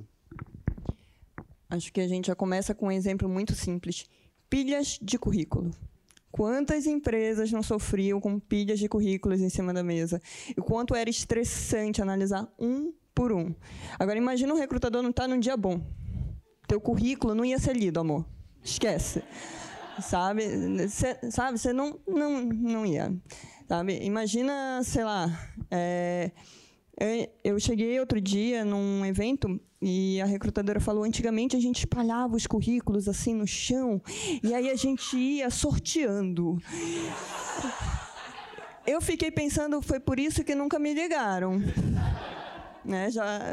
Acho que a gente já começa com um exemplo muito simples. Pilhas de currículo. Quantas empresas não sofriam com pilhas de currículos em cima da mesa? E quanto era estressante analisar um por um. Agora, imagina um recrutador não estar num dia bom. Teu currículo não ia ser lido, amor. Esquece. Sabe? Cê, sabe? Você não, não, não ia. Sabe? Imagina, sei lá, é, Eu cheguei outro dia num evento e a recrutadora falou, antigamente a gente espalhava os currículos assim no chão e aí a gente ia sorteando. Eu fiquei pensando, foi por isso que nunca me ligaram. Né? Já...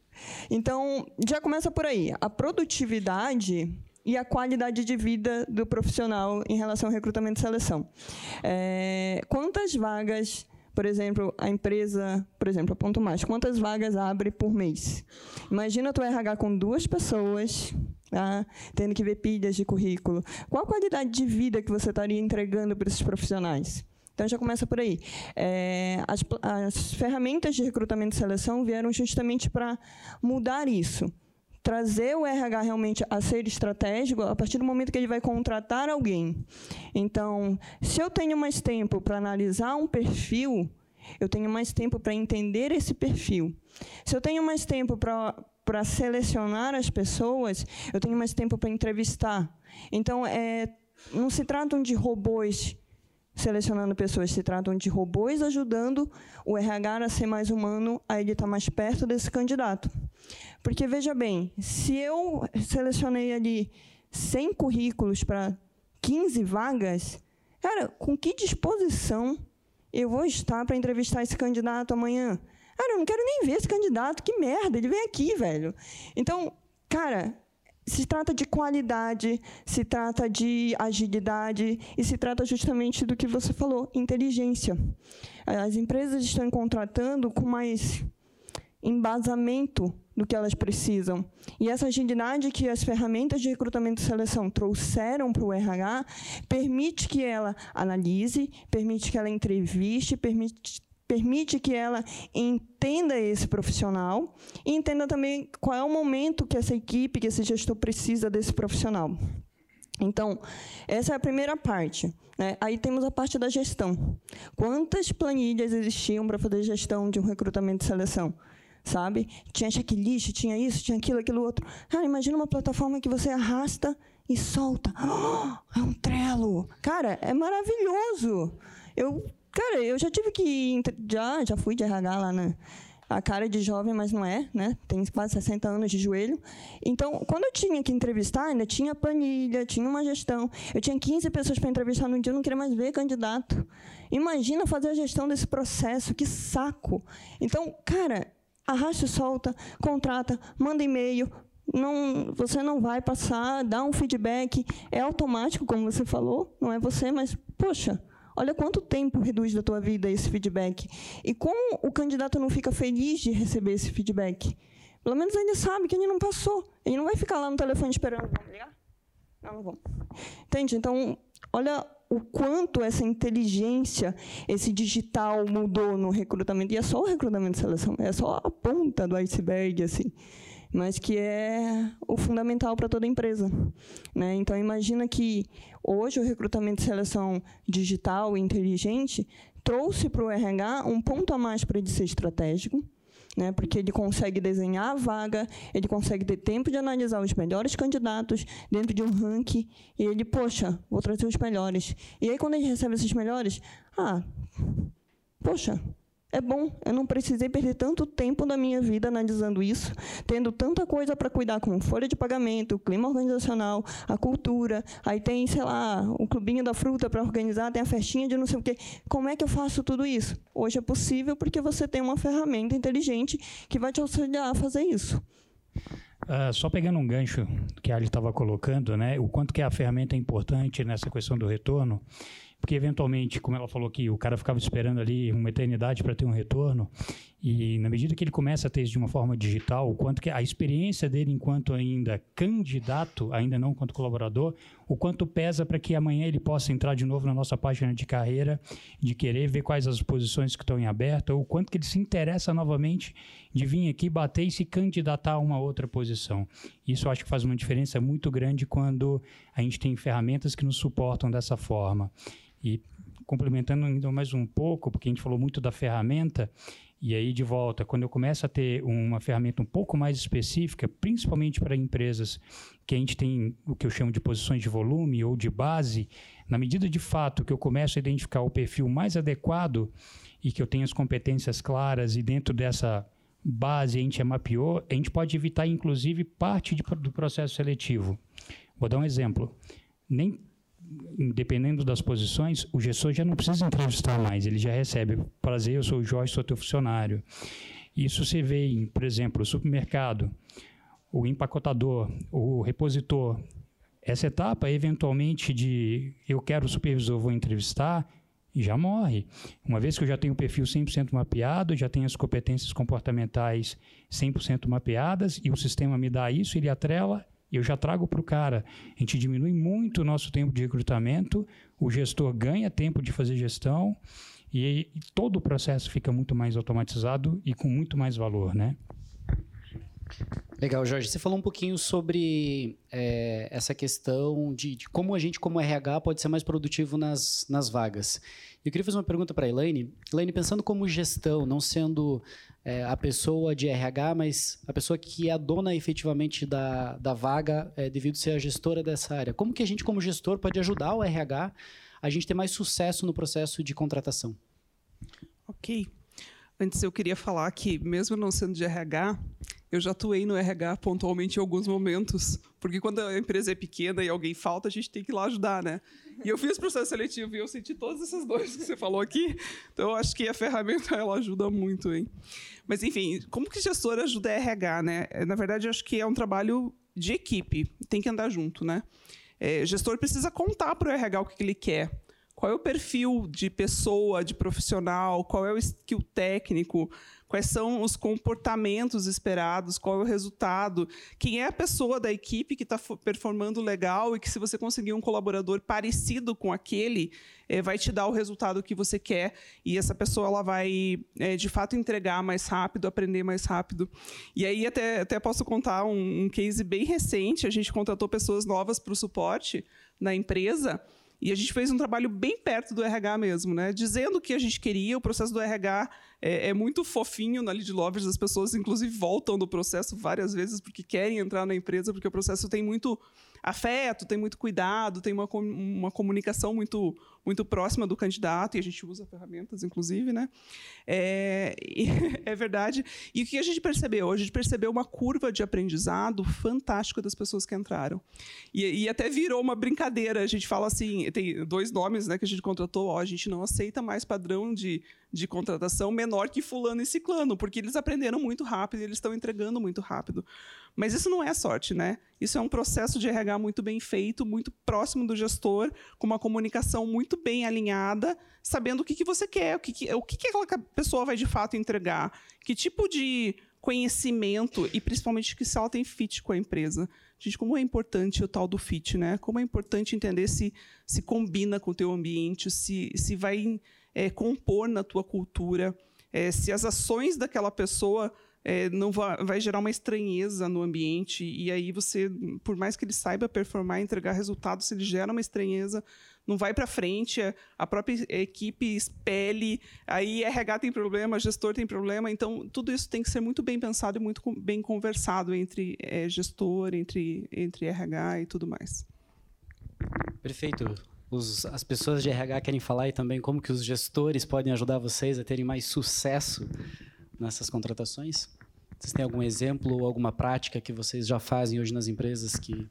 Então, já começa por aí. A produtividade e a qualidade de vida do profissional em relação ao recrutamento e seleção. É... Quantas vagas... Por exemplo, a empresa, por exemplo, a Ponto Mais, quantas vagas abre por mês? Imagina tu R H com duas pessoas, tá? Tendo que ver pilhas de currículo. Qual a qualidade de vida que você estaria entregando para esses profissionais? Então, já começa por aí. É, as, as ferramentas de recrutamento e seleção vieram justamente para mudar isso. Trazer o R H realmente a ser estratégico a partir do momento que ele vai contratar alguém. Então, se eu tenho mais tempo para analisar um perfil, eu tenho mais tempo para entender esse perfil. Se eu tenho mais tempo para para selecionar as pessoas, eu tenho mais tempo para entrevistar. Então, é, não se tratam de robôs selecionando pessoas, se tratam de robôs ajudando o R H a ser mais humano, a ele estar mais perto desse candidato. Porque, veja bem, se eu selecionei ali cem currículos para quinze vagas, cara, com que disposição eu vou estar para entrevistar esse candidato amanhã? Cara, eu não quero nem ver esse candidato, que merda, ele vem aqui, velho. Então, cara, se trata de qualidade, se trata de agilidade e se trata justamente do que você falou, inteligência. As empresas estão contratando com mais embasamento do que elas precisam. E essa agilidade que as ferramentas de recrutamento e seleção trouxeram para o R H permite que ela analise, permite que ela entreviste, permite, permite que ela entenda esse profissional e entenda também qual é o momento que essa equipe, que esse gestor precisa desse profissional. Então, essa é a primeira parte. Né? Aí temos a parte da gestão. Quantas planilhas existiam para fazer gestão de um recrutamento e seleção? Sabe? Tinha checklist, tinha isso, tinha aquilo, aquilo outro. Cara, imagina uma plataforma que você arrasta e solta. Oh, é um Trello. Cara, é maravilhoso. Eu, cara, eu já tive que... Já, já fui de R H lá na... A cara de jovem, mas não é, né? Tem quase sessenta anos de joelho. Então, quando eu tinha que entrevistar, ainda tinha planilha, tinha uma gestão. Eu tinha quinze pessoas para entrevistar no dia, eu não queria mais ver candidato. Imagina fazer a gestão desse processo, que saco. Então, cara, arrasta e solta, contrata, manda e-mail. Não, você não vai passar, dá um feedback. É automático, como você falou, não é você, mas, poxa... Olha quanto tempo reduz da tua vida esse feedback. E como o candidato não fica feliz de receber esse feedback? Pelo menos ele sabe que ele não passou. Ele não vai ficar lá no telefone esperando. Vamos ligar? Não, não vamos. Entende? Então, olha o quanto essa inteligência, esse digital mudou no recrutamento. E é só o recrutamento e seleção. É só a ponta do iceberg, assim. Mas que é o fundamental para toda empresa. Né? Então, imagina que hoje o recrutamento e seleção digital e inteligente trouxe para o R H um ponto a mais para ele ser estratégico, né? Porque ele consegue desenhar a vaga, ele consegue ter tempo de analisar os melhores candidatos dentro de um ranking, e ele, poxa, vou trazer os melhores. E aí, quando ele recebe esses melhores, ah, poxa... É bom, eu não precisei perder tanto tempo da minha vida analisando isso, tendo tanta coisa para cuidar, como folha de pagamento, o clima organizacional, a cultura, aí tem, sei lá, o clubinho da fruta para organizar, tem a festinha de não sei o quê. Como é que eu faço tudo isso? Hoje é possível porque você tem uma ferramenta inteligente que vai te auxiliar a fazer isso. Uh, só pegando um gancho que a Ali estava colocando, né, o quanto que a ferramenta é importante nessa questão do retorno, porque, eventualmente, como ela falou aqui, o cara ficava esperando ali uma eternidade para ter um retorno, e, na medida que ele começa a ter isso de uma forma digital, o quanto que a experiência dele enquanto ainda candidato, ainda não enquanto colaborador, o quanto pesa para que amanhã ele possa entrar de novo na nossa página de carreira, de querer ver quais as posições que estão em aberto, ou o quanto que ele se interessa novamente de vir aqui, bater e se candidatar a uma outra posição. Isso eu acho que faz uma diferença muito grande quando a gente tem ferramentas que nos suportam dessa forma. E complementando ainda mais um pouco, porque a gente falou muito da ferramenta, E aí, de volta, quando eu começo a ter uma ferramenta um pouco mais específica, principalmente para empresas que a gente tem o que eu chamo de posições de volume ou de base, na medida de fato que eu começo a identificar o perfil mais adequado e que eu tenho as competências claras e dentro dessa base a gente mapeou, a gente pode evitar, inclusive, parte de, do processo seletivo. Vou dar um exemplo. Nem, dependendo das posições, o gestor já não precisa entrevistar mais, ele já recebe. Prazer, eu sou o Jorge, sou teu funcionário. Isso você vê em, por exemplo, o supermercado, o empacotador, o repositor. Essa etapa, eventualmente, de eu quero o supervisor, vou entrevistar, já morre. Uma vez que eu já tenho o perfil cem por cento mapeado, já tenho as competências comportamentais cem por cento mapeadas, e o sistema me dá isso, ele atrela, e eu já trago para o cara. A gente diminui muito o nosso tempo de recrutamento, o gestor ganha tempo de fazer gestão, e, e todo o processo fica muito mais automatizado e com muito mais valor, né? Legal, Jorge. Você falou um pouquinho sobre é, essa questão de, de como a gente, como R H, pode ser mais produtivo nas, nas vagas. Eu queria fazer uma pergunta para a Elaine. Elaine, pensando como gestão, não sendo é, a pessoa de R H, mas a pessoa que é a dona efetivamente da, da vaga, é, devido a ser a gestora dessa área. Como que a gente, como gestor, pode ajudar o R H a gente ter mais sucesso no processo de contratação? Ok. Antes eu queria falar que, mesmo não sendo de R H, eu já atuei no R H pontualmente em alguns momentos, porque quando a empresa é pequena e alguém falta, a gente tem que ir lá ajudar, né? E eu fiz processo seletivo e eu senti todas essas dores que você falou aqui, então eu acho que a ferramenta ela ajuda muito, hein? Mas, enfim, como que gestor ajuda a R H, né? Na verdade, eu acho que é um trabalho de equipe, tem que andar junto, né? É, gestor precisa contar para o R H o que ele quer. Qual é o perfil de pessoa, de profissional, qual é o skill técnico, quais são os comportamentos esperados, qual é o resultado, quem é a pessoa da equipe que está performando legal e que, se você conseguir um colaborador parecido com aquele, é, vai te dar o resultado que você quer, e essa pessoa ela vai, é, de fato, entregar mais rápido, aprender mais rápido. E aí até, até posso contar um, um case bem recente. A gente contratou pessoas novas para o suporte na empresa, e a gente fez um trabalho bem perto do R H mesmo, né? Dizendo o que a gente queria. O processo do R H é, é muito fofinho na Lead Lovers. As pessoas, inclusive, voltam do processo várias vezes porque querem entrar na empresa, porque o processo tem muito afeto, tem muito cuidado, tem uma, uma comunicação muito, muito próxima do candidato, e a gente usa ferramentas, inclusive, né? É, é verdade. E o que a gente percebeu? A gente percebeu uma curva de aprendizado fantástica das pessoas que entraram. E, e até virou uma brincadeira. A gente fala assim, tem dois nomes, né, que a gente contratou. Ó, a gente não aceita mais padrão de, de contratação menor que fulano e ciclano, porque eles aprenderam muito rápido e eles estão entregando muito rápido. Mas isso não é sorte, né? Isso é um processo de R H muito bem feito, muito próximo do gestor, com uma comunicação muito bem alinhada, sabendo o que, que você quer, o, que, que, o que, que aquela pessoa vai de fato entregar, que tipo de conhecimento e, principalmente, que se ela tem fit com a empresa. Gente, como é importante o tal do fit, né? Como é importante entender se, se combina com o teu ambiente, se, se vai é, compor na tua cultura, é, se as ações daquela pessoa é, não vai, vai gerar uma estranheza no ambiente, e aí você, por mais que ele saiba performar e entregar resultados, se ele gera uma estranheza, não vai para frente, a própria equipe expele, aí R H tem problema, gestor tem problema, então tudo isso tem que ser muito bem pensado e muito bem conversado entre é, gestor, entre, entre R H e tudo mais. Perfeito. Os, as pessoas de R H querem falar aí também como que os gestores podem ajudar vocês a terem mais sucesso nessas contratações? Vocês têm algum exemplo ou alguma prática que vocês já fazem hoje nas empresas que...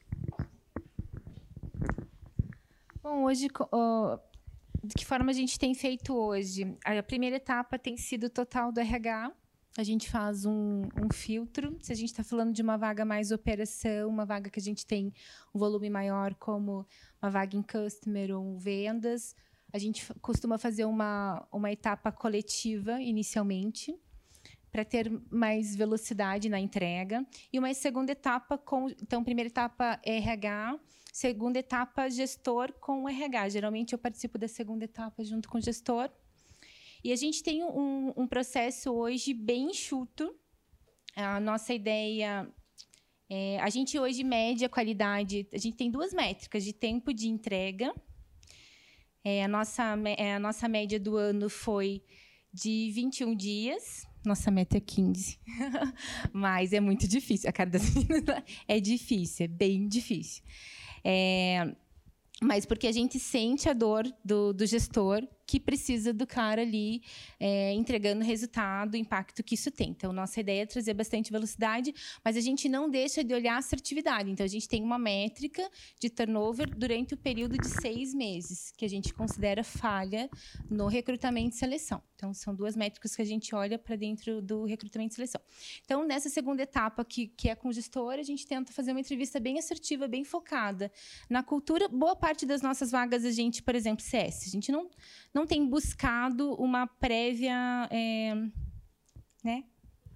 Bom, hoje, uh, de que forma a gente tem feito hoje? A primeira etapa tem sido total do R H. A gente faz um, um filtro. Se a gente está falando de uma vaga mais operação, uma vaga que a gente tem um volume maior, como uma vaga em customer ou vendas, a gente costuma fazer uma, uma etapa coletiva inicialmente, para ter mais velocidade na entrega. E uma segunda etapa, com, então, primeira etapa R H, segunda etapa gestor com R H. Geralmente eu participo da segunda etapa junto com o gestor. E a gente tem um, um processo hoje bem enxuto. A nossa ideia... É, a gente hoje mede a qualidade... A gente tem duas métricas de tempo de entrega. É, a, nossa, a nossa média do ano foi de vinte e um dias. Nossa meta é quinze. Mas é muito difícil. A cara das meninas é difícil, é bem difícil. É... Mas porque a gente sente a dor do, do gestor que precisa do cara ali é, entregando resultado, o impacto que isso tem. Então, nossa ideia é trazer bastante velocidade, mas a gente não deixa de olhar a assertividade. Então, a gente tem uma métrica de turnover durante o período de seis meses, que a gente considera falha no recrutamento e seleção. Então, são duas métricas que a gente olha para dentro do recrutamento e seleção. Então, nessa segunda etapa, que, que é com o gestor, a gente tenta fazer uma entrevista bem assertiva, bem focada na cultura. Boa parte das nossas vagas, a gente, por exemplo, C S, a gente não... não tem buscado uma prévia, é, né?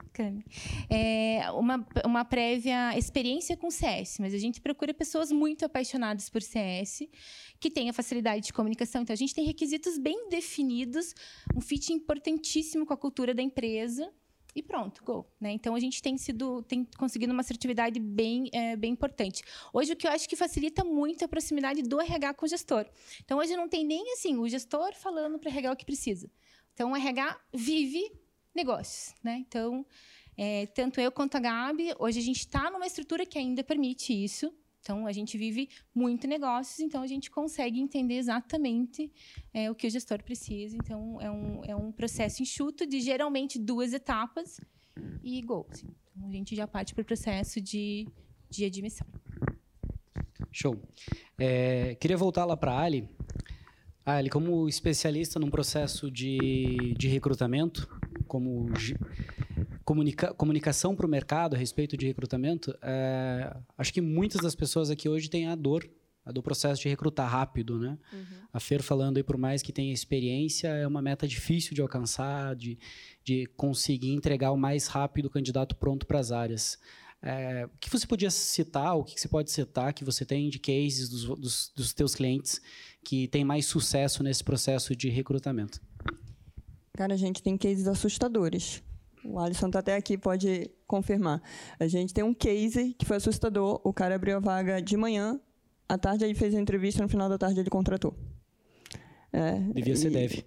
É, uma, uma prévia experiência com C S, mas a gente procura pessoas muito apaixonadas por C S, que tenham facilidade de comunicação. Então, a gente tem requisitos bem definidos, um fit importantíssimo com a cultura da empresa, e pronto, go. Né? Então, a gente tem, sido, tem conseguido uma assertividade bem, é, bem importante. Hoje, o que eu acho que facilita muito é a proximidade do R H com o gestor. Então, hoje não tem nem assim, o gestor falando para o R H o que precisa. Então, o R H vive negócios. Né? Então, é, tanto eu quanto a Gabi, hoje a gente está numa estrutura que ainda permite isso. Então, a gente vive muito negócios, então a gente consegue entender exatamente é, o que o gestor precisa. Então, é um, é um processo enxuto de, geralmente, duas etapas e gol. Assim. Então, a gente já parte para o processo de, de admissão. Show. É, queria voltar lá para a Ali. Ali, como especialista num processo de, de recrutamento, como comunica, comunicação para o mercado a respeito de recrutamento, é, acho que muitas das pessoas aqui hoje têm a dor, a do processo de recrutar rápido, né? Uhum. A Fer falando aí, por mais que tenha experiência, é uma meta difícil de alcançar, de, de conseguir entregar o mais rápido o candidato pronto para as áreas. É, o que você podia citar, o que você pode citar que você tem de cases dos, dos, dos teus clientes que tem mais sucesso nesse processo de recrutamento? Cara, a gente tem cases assustadores. O Alisson está até aqui, pode confirmar. A gente tem um case que foi assustador. O cara abriu a vaga de manhã, à tarde ele fez a entrevista, no final da tarde ele contratou. É, Devia ser e... deve.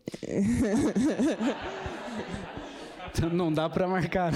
Não dá para marcar, né?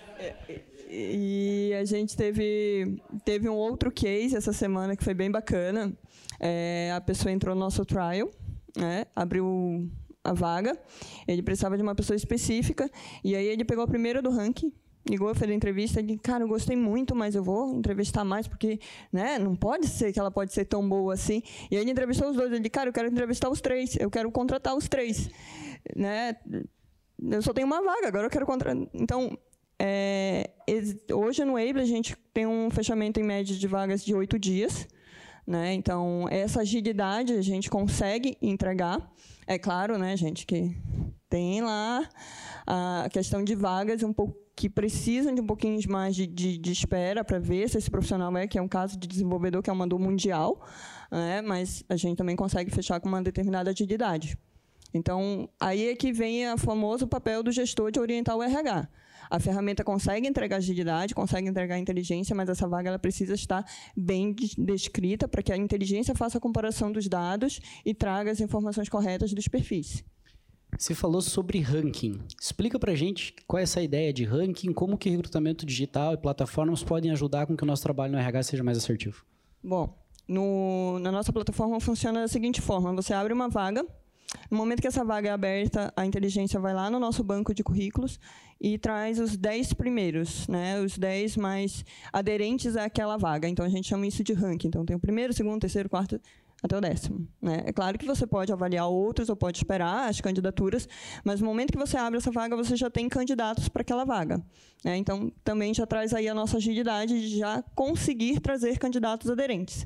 E a gente teve, teve um outro case essa semana que foi bem bacana. É, a pessoa entrou no nosso trial, né, abriu a vaga, ele precisava de uma pessoa específica, e aí ele pegou a primeira do ranking, ligou, fez a entrevista, ele, cara, eu gostei muito, mas eu vou entrevistar mais, porque, né, não pode ser que ela pode ser tão boa assim. E aí ele entrevistou os dois, ele, cara, eu quero entrevistar os três, eu quero contratar os três. Né? Eu só tenho uma vaga, agora eu quero contratar. Então, é, hoje no Able a gente tem um fechamento em média de vagas de oito dias. Né? Então, essa agilidade a gente consegue entregar. É claro, né, gente, que tem lá a questão de vagas um pouco, que precisam de um pouquinho mais de, de, de espera para ver se esse profissional é, que é um caso de desenvolvedor que é uma dor mundial, né? Mas a gente também consegue fechar com uma determinada agilidade. Então, aí é que vem o famoso papel do gestor de orientar o R H. A ferramenta consegue entregar agilidade, consegue entregar inteligência, mas essa vaga ela precisa estar bem descrita para que a inteligência faça a comparação dos dados e traga as informações corretas dos perfis. Você falou sobre ranking. Explica para a gente qual é essa ideia de ranking, como que recrutamento digital e plataformas podem ajudar com que o nosso trabalho no R H seja mais assertivo. Bom, no, na nossa plataforma funciona da seguinte forma. Você abre uma vaga. No momento que essa vaga é aberta, a inteligência vai lá no nosso banco de currículos e traz os dez primeiros, né, os dez mais aderentes àquela vaga. Então, a gente chama isso de ranking. Então, tem o primeiro, segundo, terceiro, quarto, até o décimo. Né? É claro que você pode avaliar outros ou pode esperar as candidaturas, mas no momento que você abre essa vaga, você já tem candidatos para aquela vaga. Né? Então, também já traz aí a nossa agilidade de já conseguir trazer candidatos aderentes.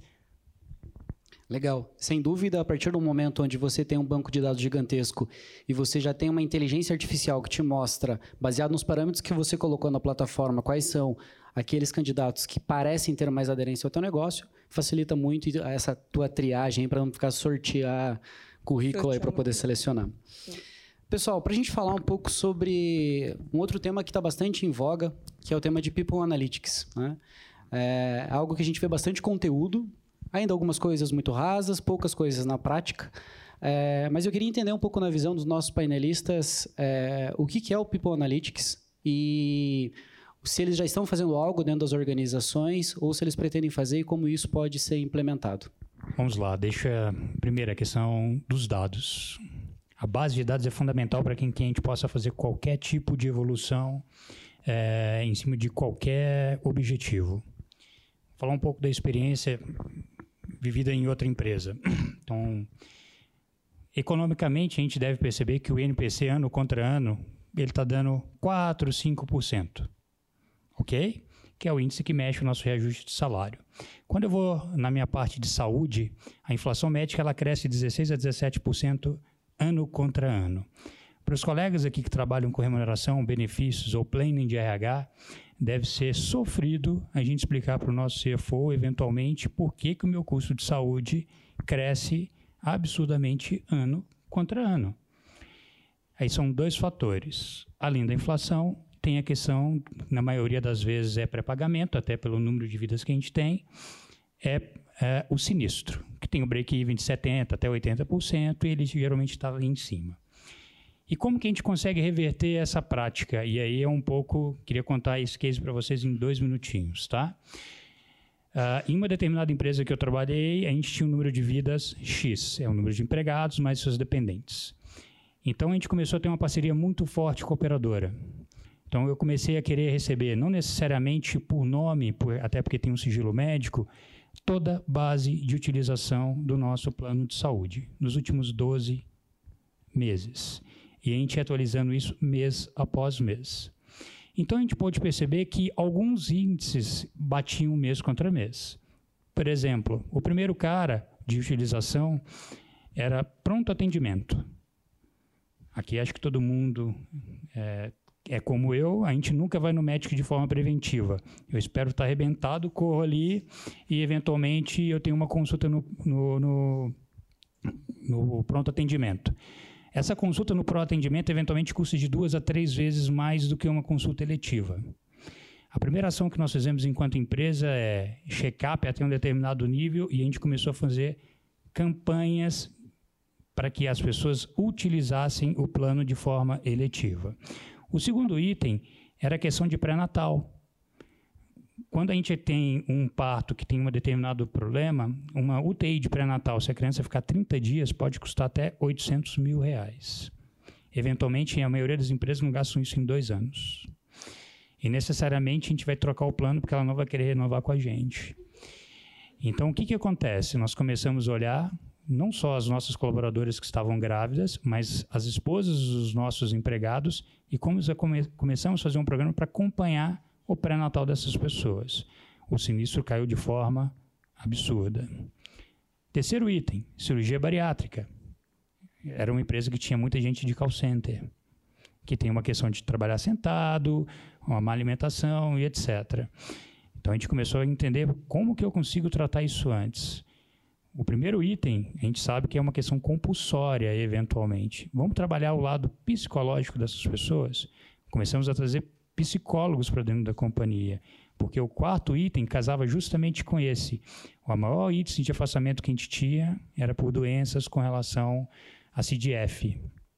Legal. Sem dúvida, a partir do momento onde você tem um banco de dados gigantesco e você já tem uma inteligência artificial que te mostra, baseado nos parâmetros que você colocou na plataforma, quais são aqueles candidatos que parecem ter mais aderência ao teu negócio, facilita muito essa tua triagem para não ficar sortear currículo aí para poder selecionar. Sim. Pessoal, para a gente falar um pouco sobre um outro tema que está bastante em voga, que é o tema de People Analytics. Né? É algo que a gente vê bastante conteúdo, ainda algumas coisas muito rasas, poucas coisas na prática. É, mas eu queria entender um pouco na visão dos nossos painelistas é, o que, que é o People Analytics e se eles já estão fazendo algo dentro das organizações ou se eles pretendem fazer e como isso pode ser implementado. Vamos lá, deixa primeiro a questão dos dados. A base de dados é fundamental para que, que a gente possa fazer qualquer tipo de evolução é, em cima de qualquer objetivo. Vou falar um pouco da experiência vivida em outra empresa. Então, economicamente, a gente deve perceber que o N P C, ano contra ano, ele está dando quatro, cinco por cento. Ok? Que é o índice que mexe o nosso reajuste de salário. Quando eu vou na minha parte de saúde, a inflação médica ela cresce dezesseis a dezessete por cento ano contra ano. Para os colegas aqui que trabalham com remuneração, benefícios ou planning de R H, deve ser sofrido a gente explicar para o nosso C F O, eventualmente, por que, que o meu custo de saúde cresce absurdamente ano contra ano. Aí são dois fatores. Além da inflação, tem a questão, na maioria das vezes é pré-pagamento, até pelo número de vidas que a gente tem, é, é o sinistro, que tem o break-even de setenta por cento até oitenta por cento e ele geralmente está ali em cima. E como que a gente consegue reverter essa prática? E aí é um pouco, queria contar esse case para vocês em dois minutinhos, tá? Uh, em uma determinada empresa que eu trabalhei, a gente tinha um número de vidas X, é o número de empregados mais seus dependentes. Então a gente começou a ter uma parceria muito forte com a operadora. Então eu comecei a querer receber, não necessariamente por nome, por, até porque tem um sigilo médico, toda a base de utilização do nosso plano de saúde, nos últimos doze meses. E a gente ia atualizando isso mês após mês. Então a gente pôde perceber que alguns índices batiam mês contra mês. Por exemplo, o primeiro cara de utilização era pronto atendimento. Aqui acho que todo mundo é, é como eu, a gente nunca vai no médico de forma preventiva. Eu espero estar arrebentado, corro ali e, eventualmente, eu tenho uma consulta no, no, no, no pronto atendimento. Essa consulta no pronto atendimento, eventualmente, custa de duas a três vezes mais do que uma consulta eletiva. A primeira ação que nós fizemos enquanto empresa é check-up até um determinado nível e a gente começou a fazer campanhas para que as pessoas utilizassem o plano de forma eletiva. O segundo item era a questão de pré-natal. Quando a gente tem um parto que tem um determinado problema, uma U T I de pré-natal, se a criança ficar trinta dias, pode custar até oitocentos mil reais. Eventualmente, a maioria das empresas não gastam isso em dois anos. E necessariamente a gente vai trocar o plano porque ela não vai querer renovar com a gente. Então, o que, que acontece? Nós começamos a olhar não só as nossas colaboradoras que estavam grávidas, mas as esposas dos nossos empregados e como come começamos a fazer um programa para acompanhar o pré-natal dessas pessoas. O sinistro caiu de forma absurda. Terceiro item, cirurgia bariátrica. Era uma empresa que tinha muita gente de call center, que tem uma questão de trabalhar sentado, uma má alimentação e etcétera. Então, a gente começou a entender como que eu consigo tratar isso antes. O primeiro item, a gente sabe que é uma questão compulsória, eventualmente. Vamos trabalhar o lado psicológico dessas pessoas? Começamos a trazer psicólogos para dentro da companhia, porque o quarto item casava justamente com esse. O maior índice de afastamento que a gente tinha era por doenças com relação a C D F.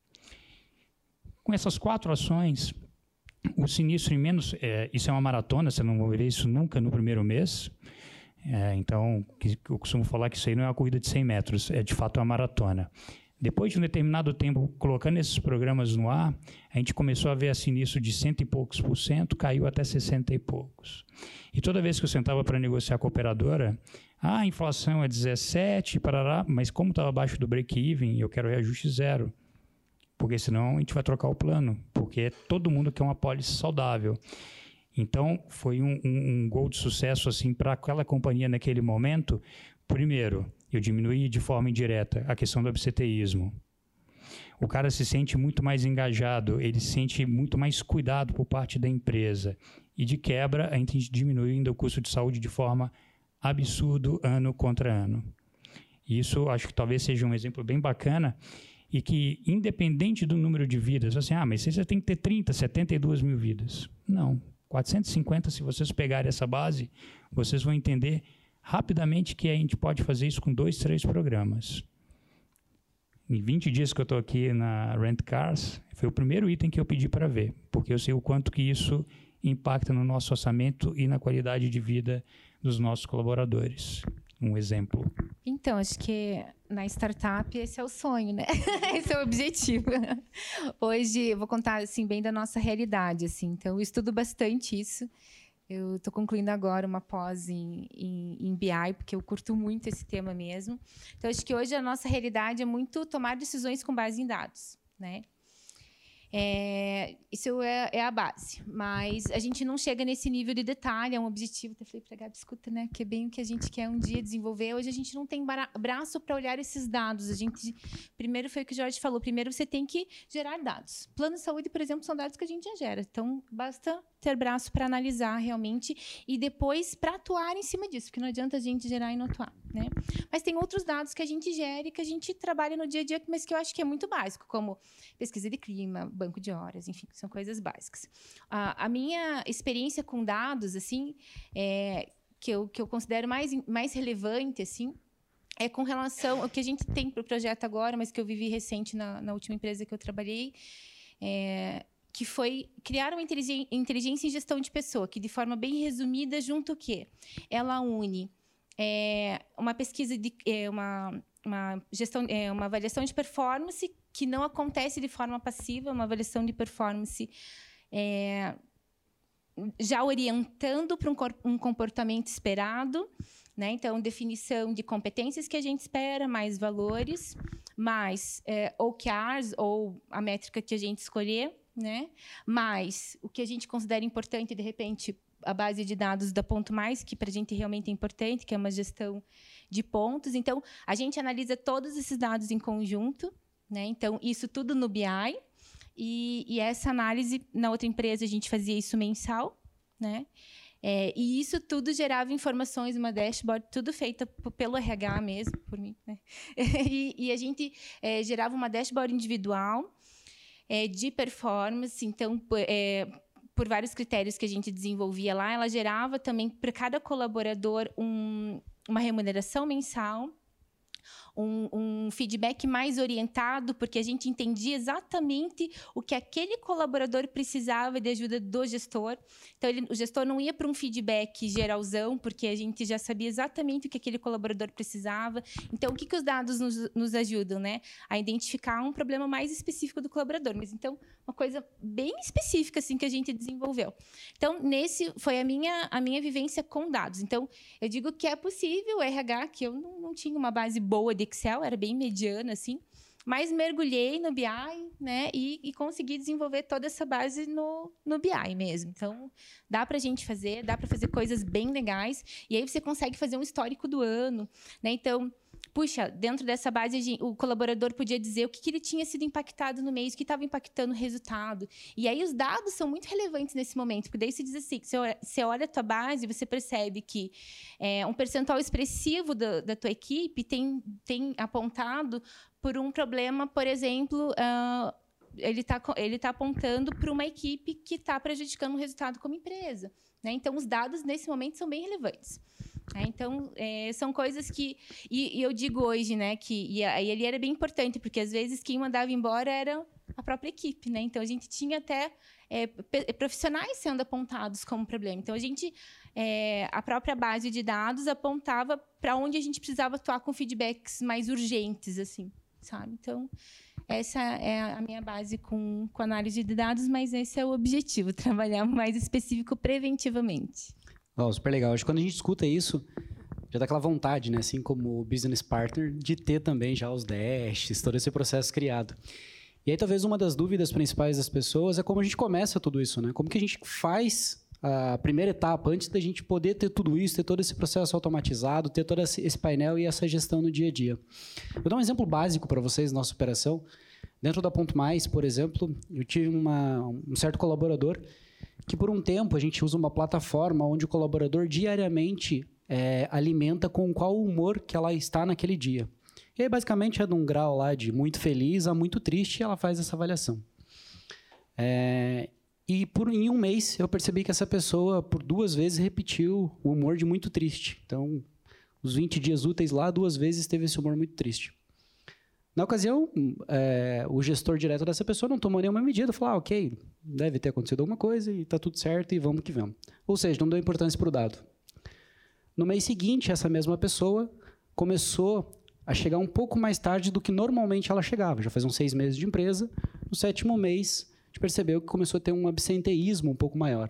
Com essas quatro ações, o sinistro em menos... É, isso é uma maratona, você não vai ver isso nunca no primeiro mês. É, então, eu costumo falar que isso aí não é uma corrida de cem metros, é de fato uma maratona. Depois de um determinado tempo colocando esses programas no ar, a gente começou a ver a sinistro de cento e poucos por cento, caiu até sessenta e poucos. E toda vez que eu sentava para negociar com a operadora, ah, a inflação é dezessete, parará, mas como estava abaixo do break-even, eu quero reajuste zero. Porque senão a gente vai trocar o plano, porque todo mundo quer uma pólice saudável. Então, foi um, um, um gol de sucesso assim, para aquela companhia naquele momento. Primeiro, eu diminuí de forma indireta a questão do absenteísmo. O cara se sente muito mais engajado, ele se sente muito mais cuidado por parte da empresa. E, de quebra, a gente diminui ainda o custo de saúde de forma absurda, ano contra ano. E isso, acho que talvez seja um exemplo bem bacana e que, independente do número de vidas, assim, ah, mas você tem que ter trinta, setenta e duas mil vidas. Não. quatrocentos e cinquenta, se vocês pegarem essa base, vocês vão entender rapidamente que a gente pode fazer isso com dois, três programas. Em vinte dias que eu estou aqui na Rent Cars, foi o primeiro item que eu pedi para ver, porque eu sei o quanto que isso impacta no nosso orçamento e na qualidade de vida dos nossos colaboradores. Um exemplo. Então, acho que na startup esse é o sonho, né? Esse é o objetivo. Hoje eu vou contar assim bem da nossa realidade, assim. Então, eu estudo bastante isso. Eu estou concluindo agora uma pós em, em, em B I, porque eu curto muito esse tema mesmo. Então, acho que hoje a nossa realidade é muito tomar decisões com base em dados, né? É, isso é, é a base, mas a gente não chega nesse nível de detalhe, é um objetivo. Até falei para a Gabi, escuta, né? Que é bem o que a gente quer um dia desenvolver. Hoje a gente não tem braço para olhar esses dados. A gente, primeiro foi o que o Jorge falou, primeiro você tem que gerar dados. Plano de saúde, por exemplo, são dados que a gente já gera. Então, basta ter braço para analisar realmente e depois para atuar em cima disso, porque não adianta a gente gerar e não atuar, né? Mas tem outros dados que a gente gera e que a gente trabalha no dia a dia, mas que eu acho que é muito básico, como pesquisa de clima, banco de horas, enfim, são coisas básicas. A, a minha experiência com dados, assim, é, que, eu, que eu considero mais, mais relevante, assim, é com relação ao que a gente tem para o projeto agora, mas que eu vivi recente na, na última empresa que eu trabalhei, é, que foi criar uma inteligência em gestão de pessoa, que, de forma bem resumida, junto o quê? Ela une é, uma pesquisa, de, é, uma, uma, gestão, é, uma avaliação de performance que não acontece de forma passiva, uma avaliação de performance é, já orientando para um, um comportamento esperado, né? Então, definição de competências que a gente espera, mais valores, mais é, O K Rs, ou a métrica que a gente escolher, né? Mais o que a gente considera importante, de repente, a base de dados da Ponto Mais, que para a gente realmente é importante, que é uma gestão de pontos. Então, a gente analisa todos esses dados em conjunto, né? Então, isso tudo no B I. E, e essa análise, na outra empresa, a gente fazia isso mensal, né? É, e isso tudo gerava informações, uma dashboard, tudo feita pelo R H mesmo, por mim, né? E, e a gente é, gerava uma dashboard individual, É, de performance, então, é, por vários critérios que a gente desenvolvia lá, ela gerava também para cada colaborador um, uma remuneração mensal, um, um feedback mais orientado, porque a gente entendia exatamente o que aquele colaborador precisava de ajuda do gestor. Então, ele, o gestor não ia para um feedback geralzão, porque a gente já sabia exatamente o que aquele colaborador precisava. Então, o que, que os dados nos, nos ajudam, né? A identificar um problema mais específico do colaborador. Mas, então, uma coisa bem específica assim, que a gente desenvolveu. Então, nesse foi a minha, a minha vivência com dados. Então, eu digo que é possível, o R H, que eu não, não tinha uma base boa de Excel, era bem mediana, assim, mas mergulhei no B I, né, e, e consegui desenvolver toda essa base no, no B I mesmo. Então, dá para a gente fazer, dá para fazer coisas bem legais, e aí você consegue fazer um histórico do ano, né? Então, puxa, dentro dessa base, o colaborador podia dizer o que, que ele tinha sido impactado no mês, o que estava impactando o resultado. E aí os dados são muito relevantes nesse momento, porque daí você diz assim, você olha, você olha a tua base, você percebe que é, um percentual expressivo da, da tua equipe tem, tem apontado por um problema, por exemplo, uh, ele está ele tá apontando para uma equipe que está prejudicando o resultado como empresa, né? Então, os dados, nesse momento, são bem relevantes. É, então, é, são coisas que... E, e eu digo hoje, né, que... E aí ele era bem importante, porque, às vezes, quem mandava embora era a própria equipe, né? Então, a gente tinha até é, profissionais sendo apontados como problema. Então, a gente... É, a própria base de dados apontava para onde a gente precisava atuar com feedbacks mais urgentes, assim, sabe? Então, essa é a minha base com, com análise de dados, mas esse é o objetivo, trabalhar mais específico preventivamente. Oh, super legal. Acho que quando a gente escuta isso, já dá aquela vontade, né? Assim como business partner, de ter também já os dashes, todo esse processo criado. E aí, talvez uma das dúvidas principais das pessoas é como a gente começa tudo isso, né? Como que a gente faz a primeira etapa antes da gente poder ter tudo isso, ter todo esse processo automatizado, ter todo esse painel e essa gestão no dia a dia. Vou dar um exemplo básico para vocês na nossa operação. Dentro da Ponto Mais, por exemplo, eu tive uma, um certo colaborador que, por um tempo, a gente usa uma plataforma onde o colaborador diariamente é, alimenta com qual humor que ela está naquele dia. E aí, basicamente, é de um grau lá de muito feliz a muito triste, e ela faz essa avaliação. É, e por, em um mês, eu percebi que essa pessoa, por duas vezes, repetiu o humor de muito triste. Então, os vinte dias úteis lá, duas vezes teve esse humor muito triste. Na ocasião, é, o gestor direto dessa pessoa não tomou nenhuma medida, falou, ah, ok, deve ter acontecido alguma coisa e está tudo certo e vamos que vamos. Ou seja, não deu importância para o dado. No mês seguinte, essa mesma pessoa começou a chegar um pouco mais tarde do que normalmente ela chegava. Já faz uns seis meses de empresa. No sétimo mês, a gente percebeu que começou a ter um absenteísmo um pouco maior.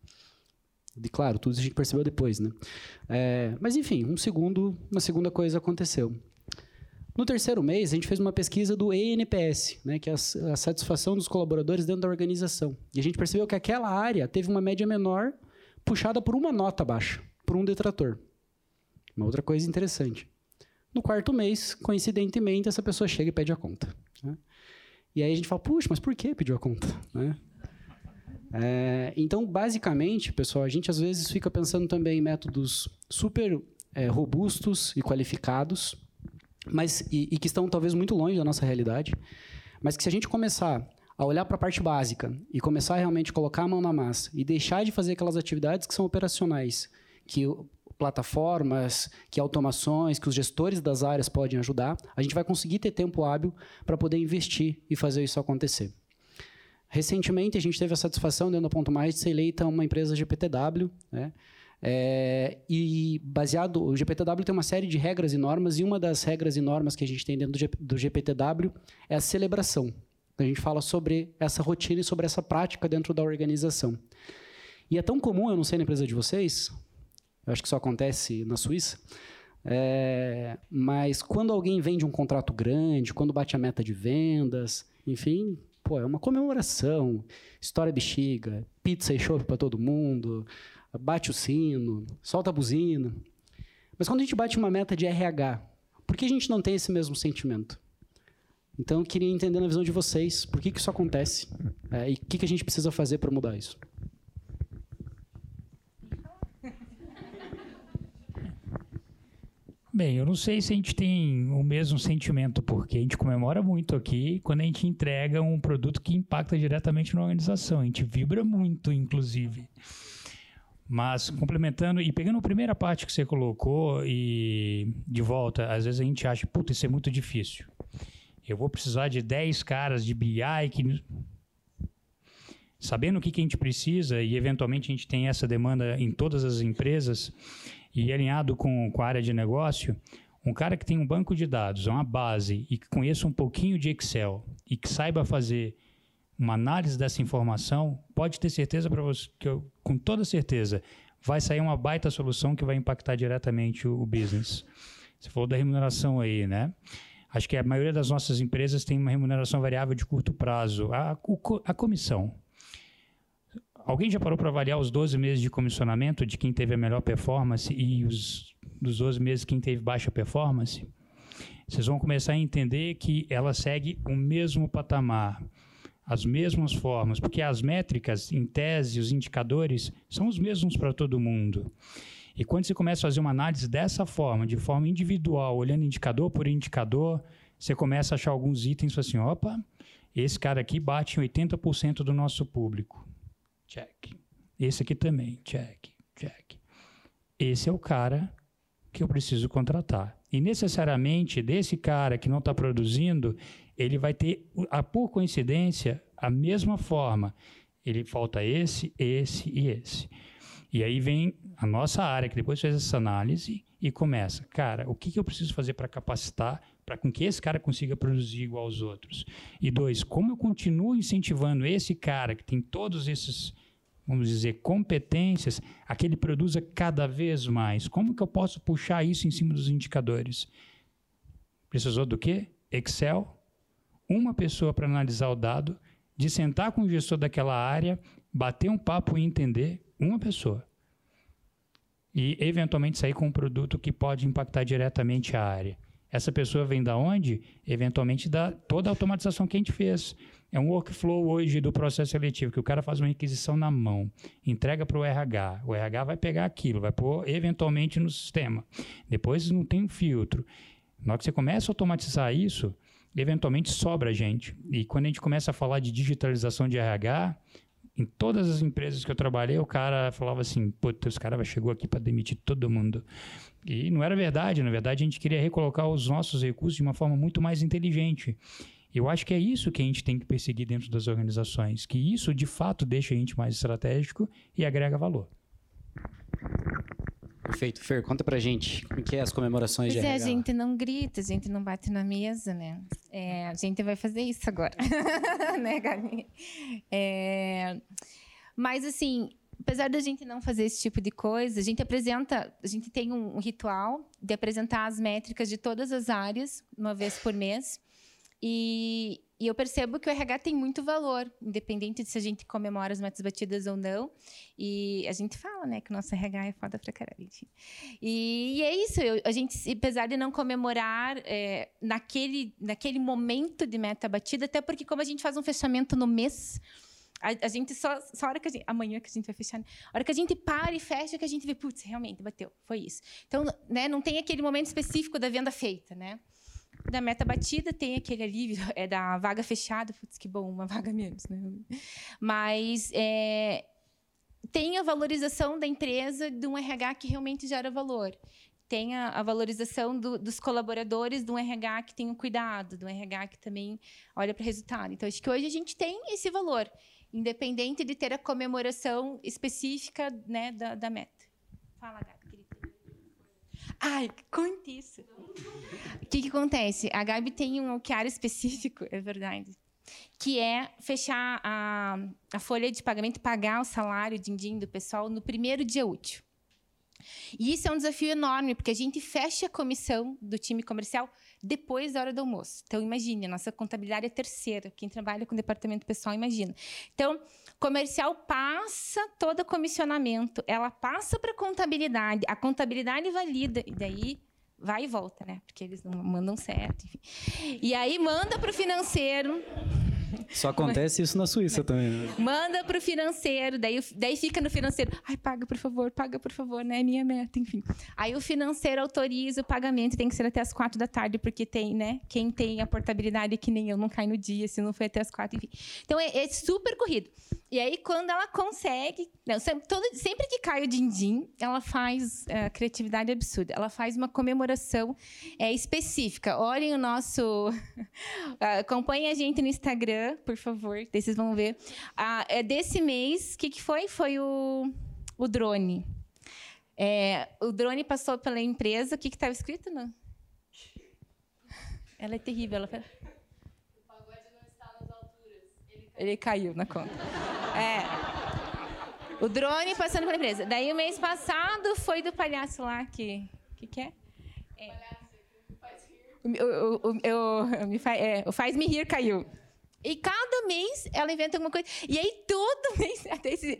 E, claro, tudo isso a gente percebeu depois, né? É, mas, enfim, um segundo, uma segunda coisa aconteceu. No terceiro mês, a gente fez uma pesquisa do E N P S, né, que é a, a satisfação dos colaboradores dentro da organização. E a gente percebeu que aquela área teve uma média menor puxada por uma nota baixa, por um detrator. Uma outra coisa interessante. No quarto mês, coincidentemente, essa pessoa chega e pede a conta. Né? E aí a gente fala, puxa, mas por que pediu a conta? Né? É, então, basicamente, pessoal, a gente às vezes fica pensando também em métodos super é, robustos e qualificados, mas, e, e que estão talvez muito longe da nossa realidade, mas que se a gente começar a olhar para a parte básica e começar a realmente colocar a mão na massa e deixar de fazer aquelas atividades que são operacionais, que plataformas, que automações, que os gestores das áreas podem ajudar, a gente vai conseguir ter tempo hábil para poder investir e fazer isso acontecer. Recentemente, a gente teve a satisfação, dentro da Ponto Mais, de ser eleita uma empresa G P T W, né? É, e baseado, o G P T W tem uma série de regras e normas, e uma das regras e normas que a gente tem dentro do, G, do G P T W é a celebração. A gente fala sobre essa rotina e sobre essa prática dentro da organização. E é tão comum, eu não sei na empresa de vocês, eu acho que isso acontece na Suíça, é, mas quando alguém vende um contrato grande, quando bate a meta de vendas, enfim, pô, é uma comemoração, história bexiga, pizza e chopp para todo mundo, bate o sino, solta a buzina. Mas quando a gente bate uma meta de R H, por que a gente não tem esse mesmo sentimento? Então, eu queria entender na visão de vocês, por que, que isso acontece é, e o que, que a gente precisa fazer para mudar isso. Bem, eu não sei se a gente tem o mesmo sentimento, porque a gente comemora muito aqui quando a gente entrega um produto que impacta diretamente na organização. A gente vibra muito, inclusive. Mas, complementando e pegando a primeira parte que você colocou e de volta, às vezes a gente acha, puta, isso é muito difícil. Eu vou precisar de dez caras de B I que... Sabendo o que, que a gente precisa e, eventualmente, a gente tem essa demanda em todas as empresas e alinhado com, com a área de negócio, um cara que tem um banco de dados, uma base e que conheça um pouquinho de Excel e que saiba fazer uma análise dessa informação, pode ter certeza para você, que eu, com toda certeza, vai sair uma baita solução que vai impactar diretamente o, o business. Você falou da remuneração aí, né? Acho que a maioria das nossas empresas tem uma remuneração variável de curto prazo. A, o, a comissão. Alguém já parou para avaliar os doze meses de comissionamento de quem teve a melhor performance e os dos doze meses quem teve baixa performance? Vocês vão começar a entender que ela segue o mesmo patamar, as mesmas formas, porque as métricas, em tese, os indicadores, são os mesmos para todo mundo. E quando você começa a fazer uma análise dessa forma, de forma individual, olhando indicador por indicador, você começa a achar alguns itens e fala assim, opa, esse cara aqui bate em oitenta por cento do nosso público. Check. Esse aqui também, check, check. Esse é o cara que eu preciso contratar. E necessariamente, desse cara que não está produzindo, ele vai ter, a, por coincidência, a mesma forma. Ele falta esse, esse e esse. E aí vem a nossa área, que depois fez essa análise e começa, cara, o que, que eu preciso fazer para capacitar, para com que esse cara consiga produzir igual aos outros? E dois, como eu continuo incentivando esse cara que tem todos esses, vamos dizer, competências, a que ele produza cada vez mais? Como que eu posso puxar isso em cima dos indicadores? Precisou do quê? Excel, uma pessoa para analisar o dado, de sentar com o gestor daquela área, bater um papo e entender, uma pessoa. E, eventualmente, sair com um produto que pode impactar diretamente a área. Essa pessoa vem da onde? Eventualmente, da toda a automatização que a gente fez. É um workflow hoje do processo seletivo, que o cara faz uma requisição na mão, entrega para o R H. O R H vai pegar aquilo, vai pôr, eventualmente, no sistema. Depois, não tem um filtro. Na hora que você começa a automatizar isso, eventualmente sobra gente. E quando a gente começa a falar de digitalização de R H, em todas as empresas que eu trabalhei, o cara falava assim, puta, os caras chegou aqui para demitir todo mundo. E não era verdade. Na verdade, a gente queria recolocar os nossos recursos de uma forma muito mais inteligente. Eu acho que é isso que a gente tem que perseguir dentro das organizações, que isso, de fato, deixa a gente mais estratégico e agrega valor. Perfeito. Fer, conta pra gente como que é as comemorações Pois de é, R H. a gente não grita, a gente não bate na mesa, né? É, a gente vai fazer isso agora, né, Gabi? É, mas, assim, apesar da gente não fazer esse tipo de coisa, a gente apresenta, a gente tem um, um ritual de apresentar as métricas de todas as áreas, uma vez por mês. E, e eu percebo que o R H tem muito valor, independente de se a gente comemora as metas batidas ou não. E a gente fala, né, que o nosso R H é foda pra caralho. Enfim. E, e é isso, eu, a gente, apesar de não comemorar é, naquele, naquele momento de meta batida, até porque como a gente faz um fechamento no mês, a, a gente só, só a hora que a gente, amanhã que a gente vai fechar, né? A hora que a gente para e fecha, que a gente vê, putz, realmente bateu, foi isso. Então, né, não tem aquele momento específico da venda feita, né? Da meta batida tem aquele alívio, é da vaga fechada, putz, que bom, uma vaga menos, né? Mas é, tem a valorização da empresa de um R H que realmente gera valor. Tem a, a valorização do, dos colaboradores de um R H que tem um cuidado, de um R H que também olha para o resultado. Então, acho que hoje a gente tem esse valor, independente de ter a comemoração específica, né, da, da meta. Fala, Gabi. Ai, conte isso. O que, que acontece? A Gabi tem um O K R específico, é verdade, que é fechar a, a folha de pagamento, pagar o salário din-din do pessoal no primeiro dia útil. E isso é um desafio enorme, porque a gente fecha a comissão do time comercial depois da hora do almoço. Então, imagine, a nossa contabilidade é terceira. Quem trabalha com o departamento pessoal, imagina. Então, comercial passa todo o comissionamento, ela passa para a contabilidade, a contabilidade valida, e daí vai e volta, né? Porque eles não mandam certo, enfim. E aí manda para o financeiro... Só acontece isso na Suíça também, né? Manda para o financeiro, daí, daí fica no financeiro. Ai, paga, por favor, paga, por favor, né? É minha meta, enfim. Aí o financeiro autoriza o pagamento, tem que ser até as quatro da tarde, porque tem, né? Quem tem a portabilidade que nem eu não cai no dia, se não foi até as quatro, enfim. Então, é, é super corrido. E aí, quando ela consegue... Não, sempre, todo, sempre que cai o din-din, ela faz uh, criatividade absurda. Ela faz uma comemoração é, específica. Olhem o nosso... uh, acompanhem a gente no Instagram, por favor. Daí vocês vão ver. Uh, é desse mês, o que, que foi? Foi o, o drone. É, o drone passou pela empresa. O que estava escrito? Não? Ela é terrível. Ela fala... Ele caiu na conta. É. O drone passando pela empresa. Daí, o mês passado, foi do palhaço lá que... O que, que é? é. O, o, o, o, o, é, o Faz-me Rir caiu. E cada mês, ela inventa alguma coisa. E aí, todo mês... Até esse,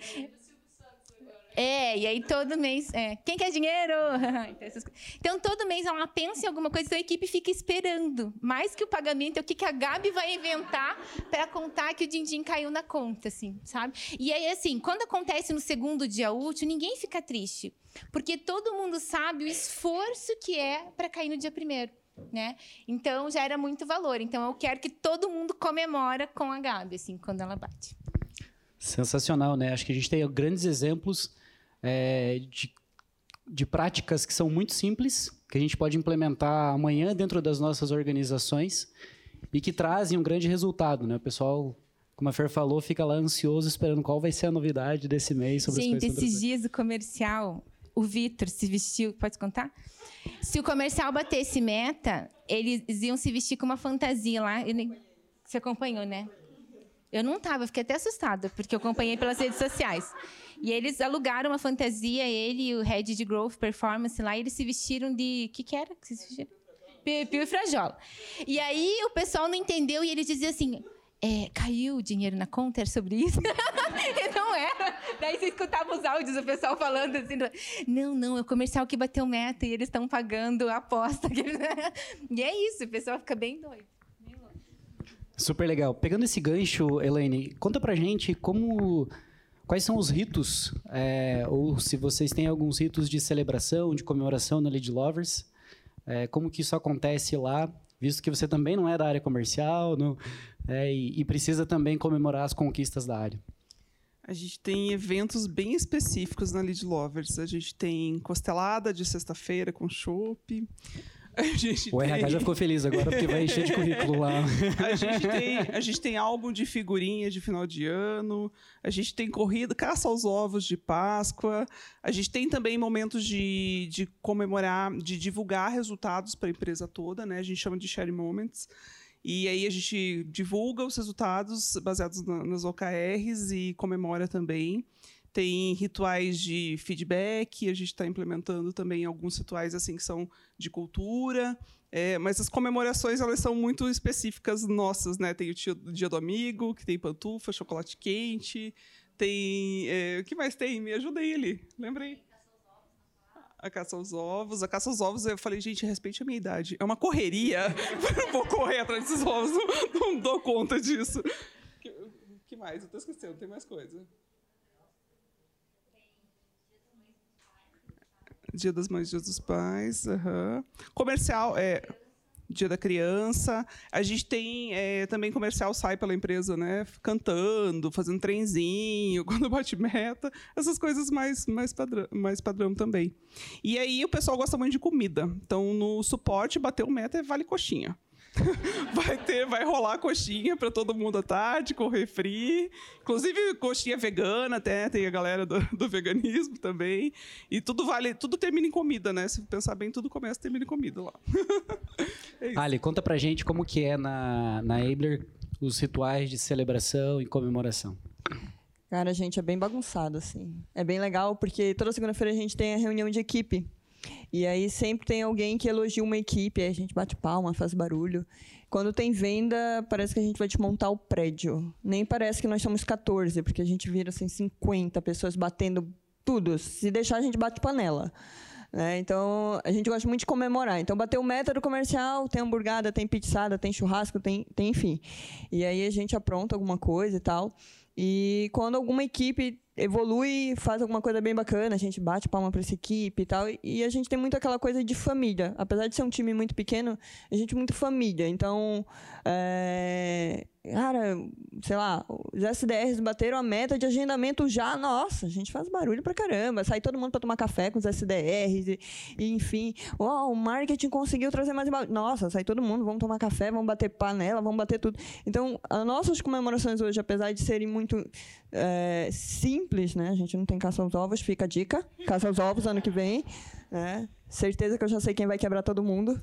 É, e aí todo mês... É, quem quer dinheiro? Então, todo mês ela pensa em alguma coisa, então a equipe fica esperando. Mais que o pagamento, é o que a Gabi vai inventar para contar que o din-din caiu na conta, assim, sabe? E aí, assim, quando acontece no segundo dia útil, ninguém fica triste. Porque todo mundo sabe o esforço que é para cair no dia primeiro, né? Então, já era muito valor. Então, eu quero que todo mundo comemora com a Gabi, assim, quando ela bate. Sensacional, né? Acho que a gente tem grandes exemplos é, de, de práticas que são muito simples, que a gente pode implementar amanhã dentro das nossas organizações e que trazem um grande resultado, né? O pessoal, como a Fer falou, fica lá ansioso esperando qual vai ser a novidade desse mês sobre gente, as coisas. Gente, esses dias o comercial, o Vitor se vestiu, pode contar? Se o comercial batesse meta, eles iam se vestir com uma fantasia lá. Ele, você acompanhou, né? Eu não estava, eu fiquei até assustada, porque eu acompanhei pelas redes sociais. E eles alugaram uma fantasia, ele e o Head de Growth Performance lá, e eles se vestiram de... O que, que era que vocês vestiram? Piu e Frajola. E aí o pessoal não entendeu e eles diziam assim... É, caiu o dinheiro na conta, era sobre isso? E não era. Daí você escutava os áudios, o pessoal falando assim... Não, não, é o comercial que bateu meta e eles estão pagando a aposta. E é isso, o pessoal fica bem doido. Super legal. Pegando esse gancho, Elaine, conta pra gente como, quais são os ritos, é, ou se vocês têm alguns ritos de celebração, de comemoração na Lead Lovers, é, como que isso acontece lá, visto que você também não é da área comercial não, é, e, e precisa também comemorar as conquistas da área. A gente tem eventos bem específicos na Lead Lovers. A gente tem costelada de sexta-feira com chopp. O R H tem... já ficou feliz agora, porque vai encher de currículo lá. A gente, tem, a gente tem álbum de figurinhas de final de ano, a gente tem corrida, caça aos ovos de Páscoa, a gente tem também momentos de, de comemorar, de divulgar resultados para a empresa toda, né? A gente chama de Share Moments. E aí a gente divulga os resultados baseados na, nas O K Rs e comemora também. Tem rituais de feedback, a gente está implementando também alguns rituais assim que são de cultura, é, mas as comemorações elas são muito específicas nossas, né? Tem o dia, dia do amigo, que tem pantufa, chocolate quente, tem... É, o que mais tem? Me ajuda aí, Eli. Lembrei. A caça aos ovos. A caça aos ovos, eu falei, gente, respeite a minha idade. É uma correria. Eu vou correr atrás desses ovos, não, não dou conta disso. O que, que mais? Eu estou esquecendo, tem mais coisa. Dia das Mães, Dia dos Pais. Uhum. Comercial, é, Dia da Criança. A gente tem é, também comercial, sai pela empresa, né? Cantando, fazendo trenzinho, quando bate meta. Essas coisas mais, mais, padrão, mais padrão também. E aí o pessoal gosta muito de comida. Então, no suporte, bater o meta vale coxinha. Vai ter, vai rolar coxinha para todo mundo à tarde, com refri. Inclusive, coxinha vegana, até tem a galera do, do veganismo também. E tudo vale, tudo termina em comida, né? Se pensar bem, tudo começa e termina em comida lá. É isso. Ali, conta pra gente como que é na, na Abler os rituais de celebração e comemoração. Cara, gente, é bem bagunçado, assim. É bem legal, porque toda segunda-feira a gente tem a reunião de equipe. E aí sempre tem alguém que elogia uma equipe, aí a gente bate palma, faz barulho. Quando tem venda, parece que a gente vai desmontar o prédio. Nem parece que nós somos quatorze, porque a gente vira assim, cinquenta pessoas batendo tudo. Se deixar, a gente bate panela. Né? Então, a gente gosta muito de comemorar. Então, bateu o meta do comercial, tem hamburgada, tem pizzada, tem churrasco, tem, tem enfim. E aí a gente apronta alguma coisa e tal. E quando alguma equipe evolui, faz alguma coisa bem bacana, a gente bate palma para essa equipe e tal, e a gente tem muito aquela coisa de família. Apesar de ser um time muito pequeno, a gente é muito família. Então, é... cara, sei lá, os S D Rs bateram a meta de agendamento já, nossa, a gente faz barulho pra caramba, sai todo mundo para tomar café com os S D Rs, e, e enfim, oh, o marketing conseguiu trazer mais... Nossa, sai todo mundo, vamos tomar café, vamos bater panela, vamos bater tudo. Então, as nossas comemorações hoje, apesar de serem muito é, simples, né? A gente não tem caça aos ovos, fica a dica, caça aos ovos ano que vem, né? Certeza que eu já sei quem vai quebrar todo mundo.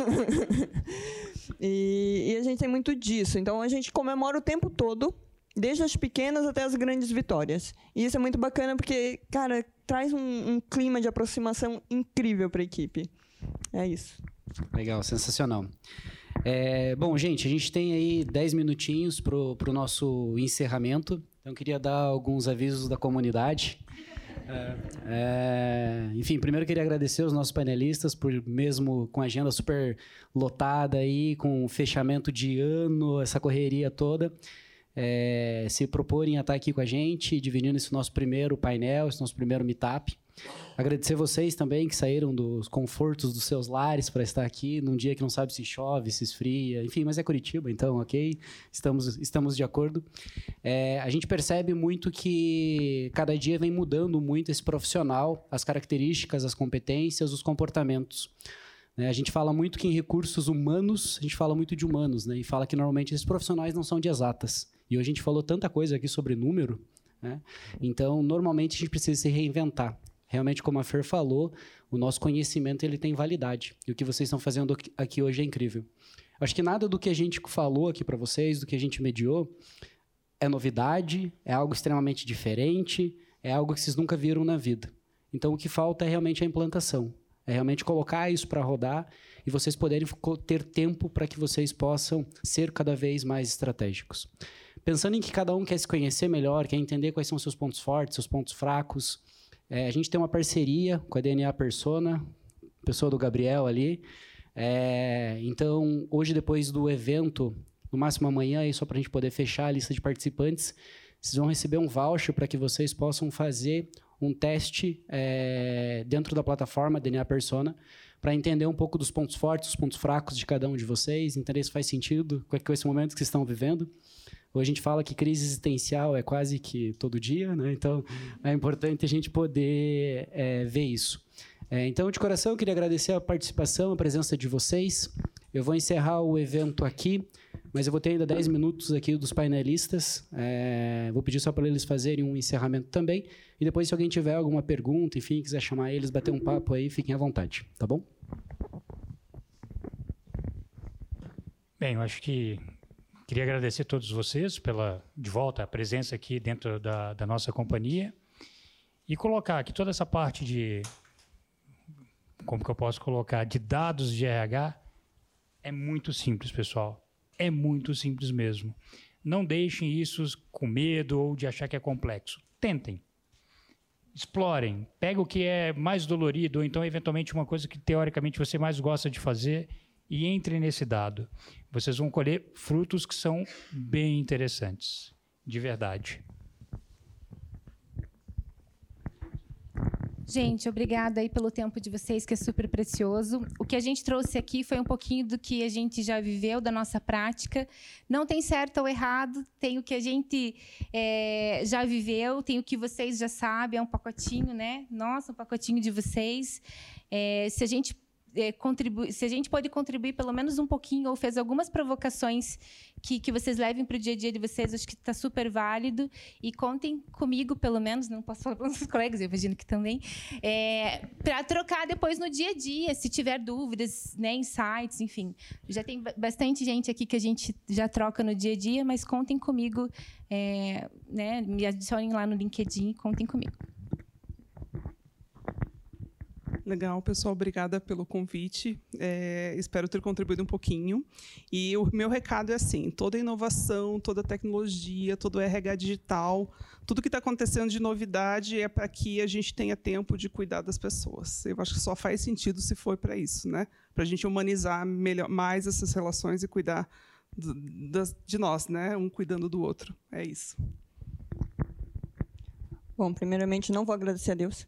e, e a gente tem muito disso. Então, a gente comemora o tempo todo, desde as pequenas até as grandes vitórias. E isso é muito bacana porque, cara, traz um, um clima de aproximação incrível para a equipe. É isso. Legal, sensacional. É, bom, gente, a gente tem aí dez minutinhos para o nosso encerramento. Então, eu queria dar alguns avisos da comunidade. É, é, enfim, primeiro eu queria agradecer os nossos panelistas por, mesmo com a agenda super lotada aí, com fechamento de ano, essa correria toda, é, se proporem a estar aqui com a gente, dividindo esse nosso primeiro painel, esse nosso primeiro meetup. Agradecer vocês também que saíram dos confortos dos seus lares para estar aqui num dia que não sabe se chove, se esfria, enfim, mas é Curitiba, então, ok? Estamos, estamos de acordo. É, a gente percebe muito que cada dia vem mudando muito esse profissional, as características, as competências, os comportamentos. Né? A gente fala muito que em recursos humanos, a gente fala muito de humanos, né? E fala que normalmente esses profissionais não são de exatas. E hoje a gente falou tanta coisa aqui sobre número, né? Então, normalmente a gente precisa se reinventar. Realmente, como a Fer falou, o nosso conhecimento ele tem validade. E o que vocês estão fazendo aqui hoje é incrível. Acho que nada do que a gente falou aqui para vocês, do que a gente mediou, é novidade, é algo extremamente diferente, é algo que vocês nunca viram na vida. Então, o que falta é realmente a implantação. É realmente colocar isso para rodar e vocês poderem ter tempo para que vocês possam ser cada vez mais estratégicos. Pensando em que cada um quer se conhecer melhor, quer entender quais são os seus pontos fortes, seus pontos fracos, É, a gente tem uma parceria com a D N A Persona, pessoa do Gabriel ali. É, então, hoje, depois do evento, no máximo amanhã, aí, só para a gente poder fechar a lista de participantes, vocês vão receber um voucher para que vocês possam fazer um teste é, dentro da plataforma D N A Persona para entender um pouco dos pontos fortes, dos pontos fracos de cada um de vocês, entender se faz sentido com esse momento que vocês estão vivendo. Hoje a gente fala que crise existencial é quase que todo dia, né? Então é importante a gente poder é, ver isso. É, então, de coração, eu queria agradecer a participação, a presença de vocês. Eu vou encerrar o evento aqui, mas eu vou ter ainda dez minutos aqui dos painelistas. É, vou pedir só para eles fazerem um encerramento também. E depois, se alguém tiver alguma pergunta, enfim, quiser chamar eles, bater um papo aí, fiquem à vontade, tá bom? Bem, eu acho que queria agradecer a todos vocês pela, de volta, a presença aqui dentro da, da nossa companhia e colocar que toda essa parte de, como que eu posso colocar, de dados de R H é muito simples, pessoal. É muito simples mesmo. Não deixem isso com medo ou de achar que é complexo. Tentem. Explorem. Pega o que é mais dolorido ou então, eventualmente, uma coisa que, teoricamente, você mais gosta de fazer e entre nesse dado. Vocês vão colher frutos que são bem interessantes. De verdade. Gente, obrigada aí pelo tempo de vocês, que é super precioso. O que a gente trouxe aqui foi um pouquinho do que a gente já viveu, da nossa prática. Não tem certo ou errado, tem o que a gente é, já viveu, tem o que vocês já sabem, é um pacotinho, né? Nossa, um pacotinho de vocês. É, se a gente é, contribui, se a gente pode contribuir pelo menos um pouquinho, ou fez algumas provocações que, que vocês levem para o dia a dia de vocês, acho que está super válido. E contem comigo, pelo menos, não posso falar para os colegas, eu imagino que também, é, para trocar depois no dia a dia, se tiver dúvidas, né, insights, enfim. Já tem bastante gente aqui que a gente já troca no dia a dia, mas contem comigo, é, né, me adicionem lá no LinkedIn e contem comigo. Legal, pessoal, obrigada pelo convite. É, espero ter contribuído um pouquinho. E o meu recado é assim: toda inovação, toda tecnologia, todo R H digital, tudo que está acontecendo de novidade é para que a gente tenha tempo de cuidar das pessoas. Eu acho que só faz sentido se for para isso, né? Para a gente humanizar melhor, mais essas relações e cuidar do, das, de nós, né? Um cuidando do outro. É isso. Bom, primeiramente, não vou agradecer a Deus.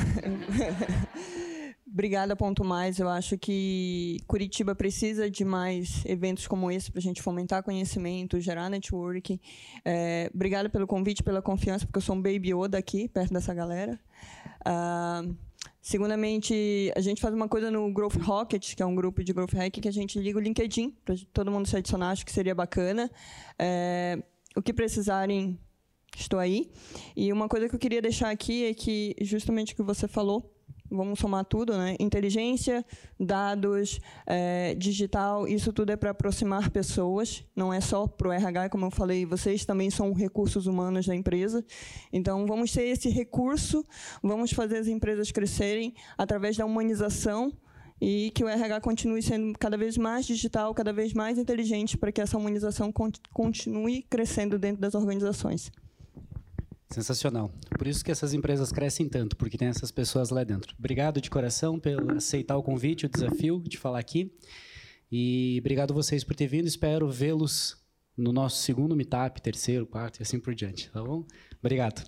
Obrigada, Ponto Mais. Eu acho que Curitiba precisa de mais eventos como esse para a gente fomentar conhecimento, gerar networking. É, obrigada pelo convite, pela confiança, porque eu sou um baby Yoda aqui, perto dessa galera. Ah, segundamente, a gente faz uma coisa no Growth Rocket, que é um grupo de Growth Hack, que a gente liga o LinkedIn, para todo mundo se adicionar, acho que seria bacana. É, o que precisarem, estou aí. E uma coisa que eu queria deixar aqui é que, justamente o que você falou, vamos somar tudo, né? Inteligência, dados, é, digital, isso tudo é para aproximar pessoas, não é só para o R H, como eu falei, vocês também são recursos humanos da empresa. Então, vamos ter esse recurso, vamos fazer as empresas crescerem através da humanização e que o R H continue sendo cada vez mais digital, cada vez mais inteligente, para que essa humanização continue crescendo dentro das organizações. Sensacional. Por isso que essas empresas crescem tanto, porque tem essas pessoas lá dentro. Obrigado de coração por aceitar o convite, o desafio de falar aqui. E obrigado a vocês por ter vindo. Espero vê-los no nosso segundo meetup, terceiro, quarto e assim por diante. Tá bom? Obrigado.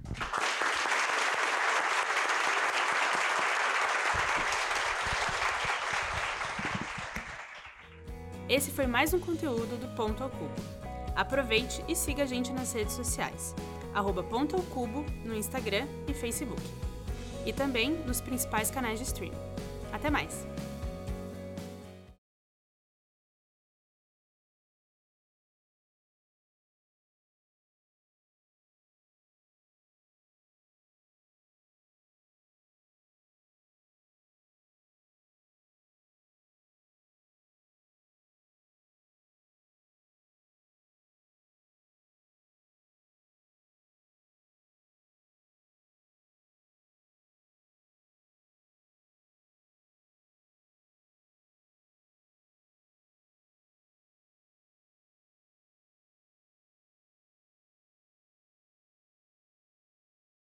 Esse foi mais um conteúdo do Ponto ao Cubo. Aproveite e siga a gente nas redes sociais. arroba Ponto ao Cubo no Instagram e Facebook. E também nos principais canais de streaming. Até mais!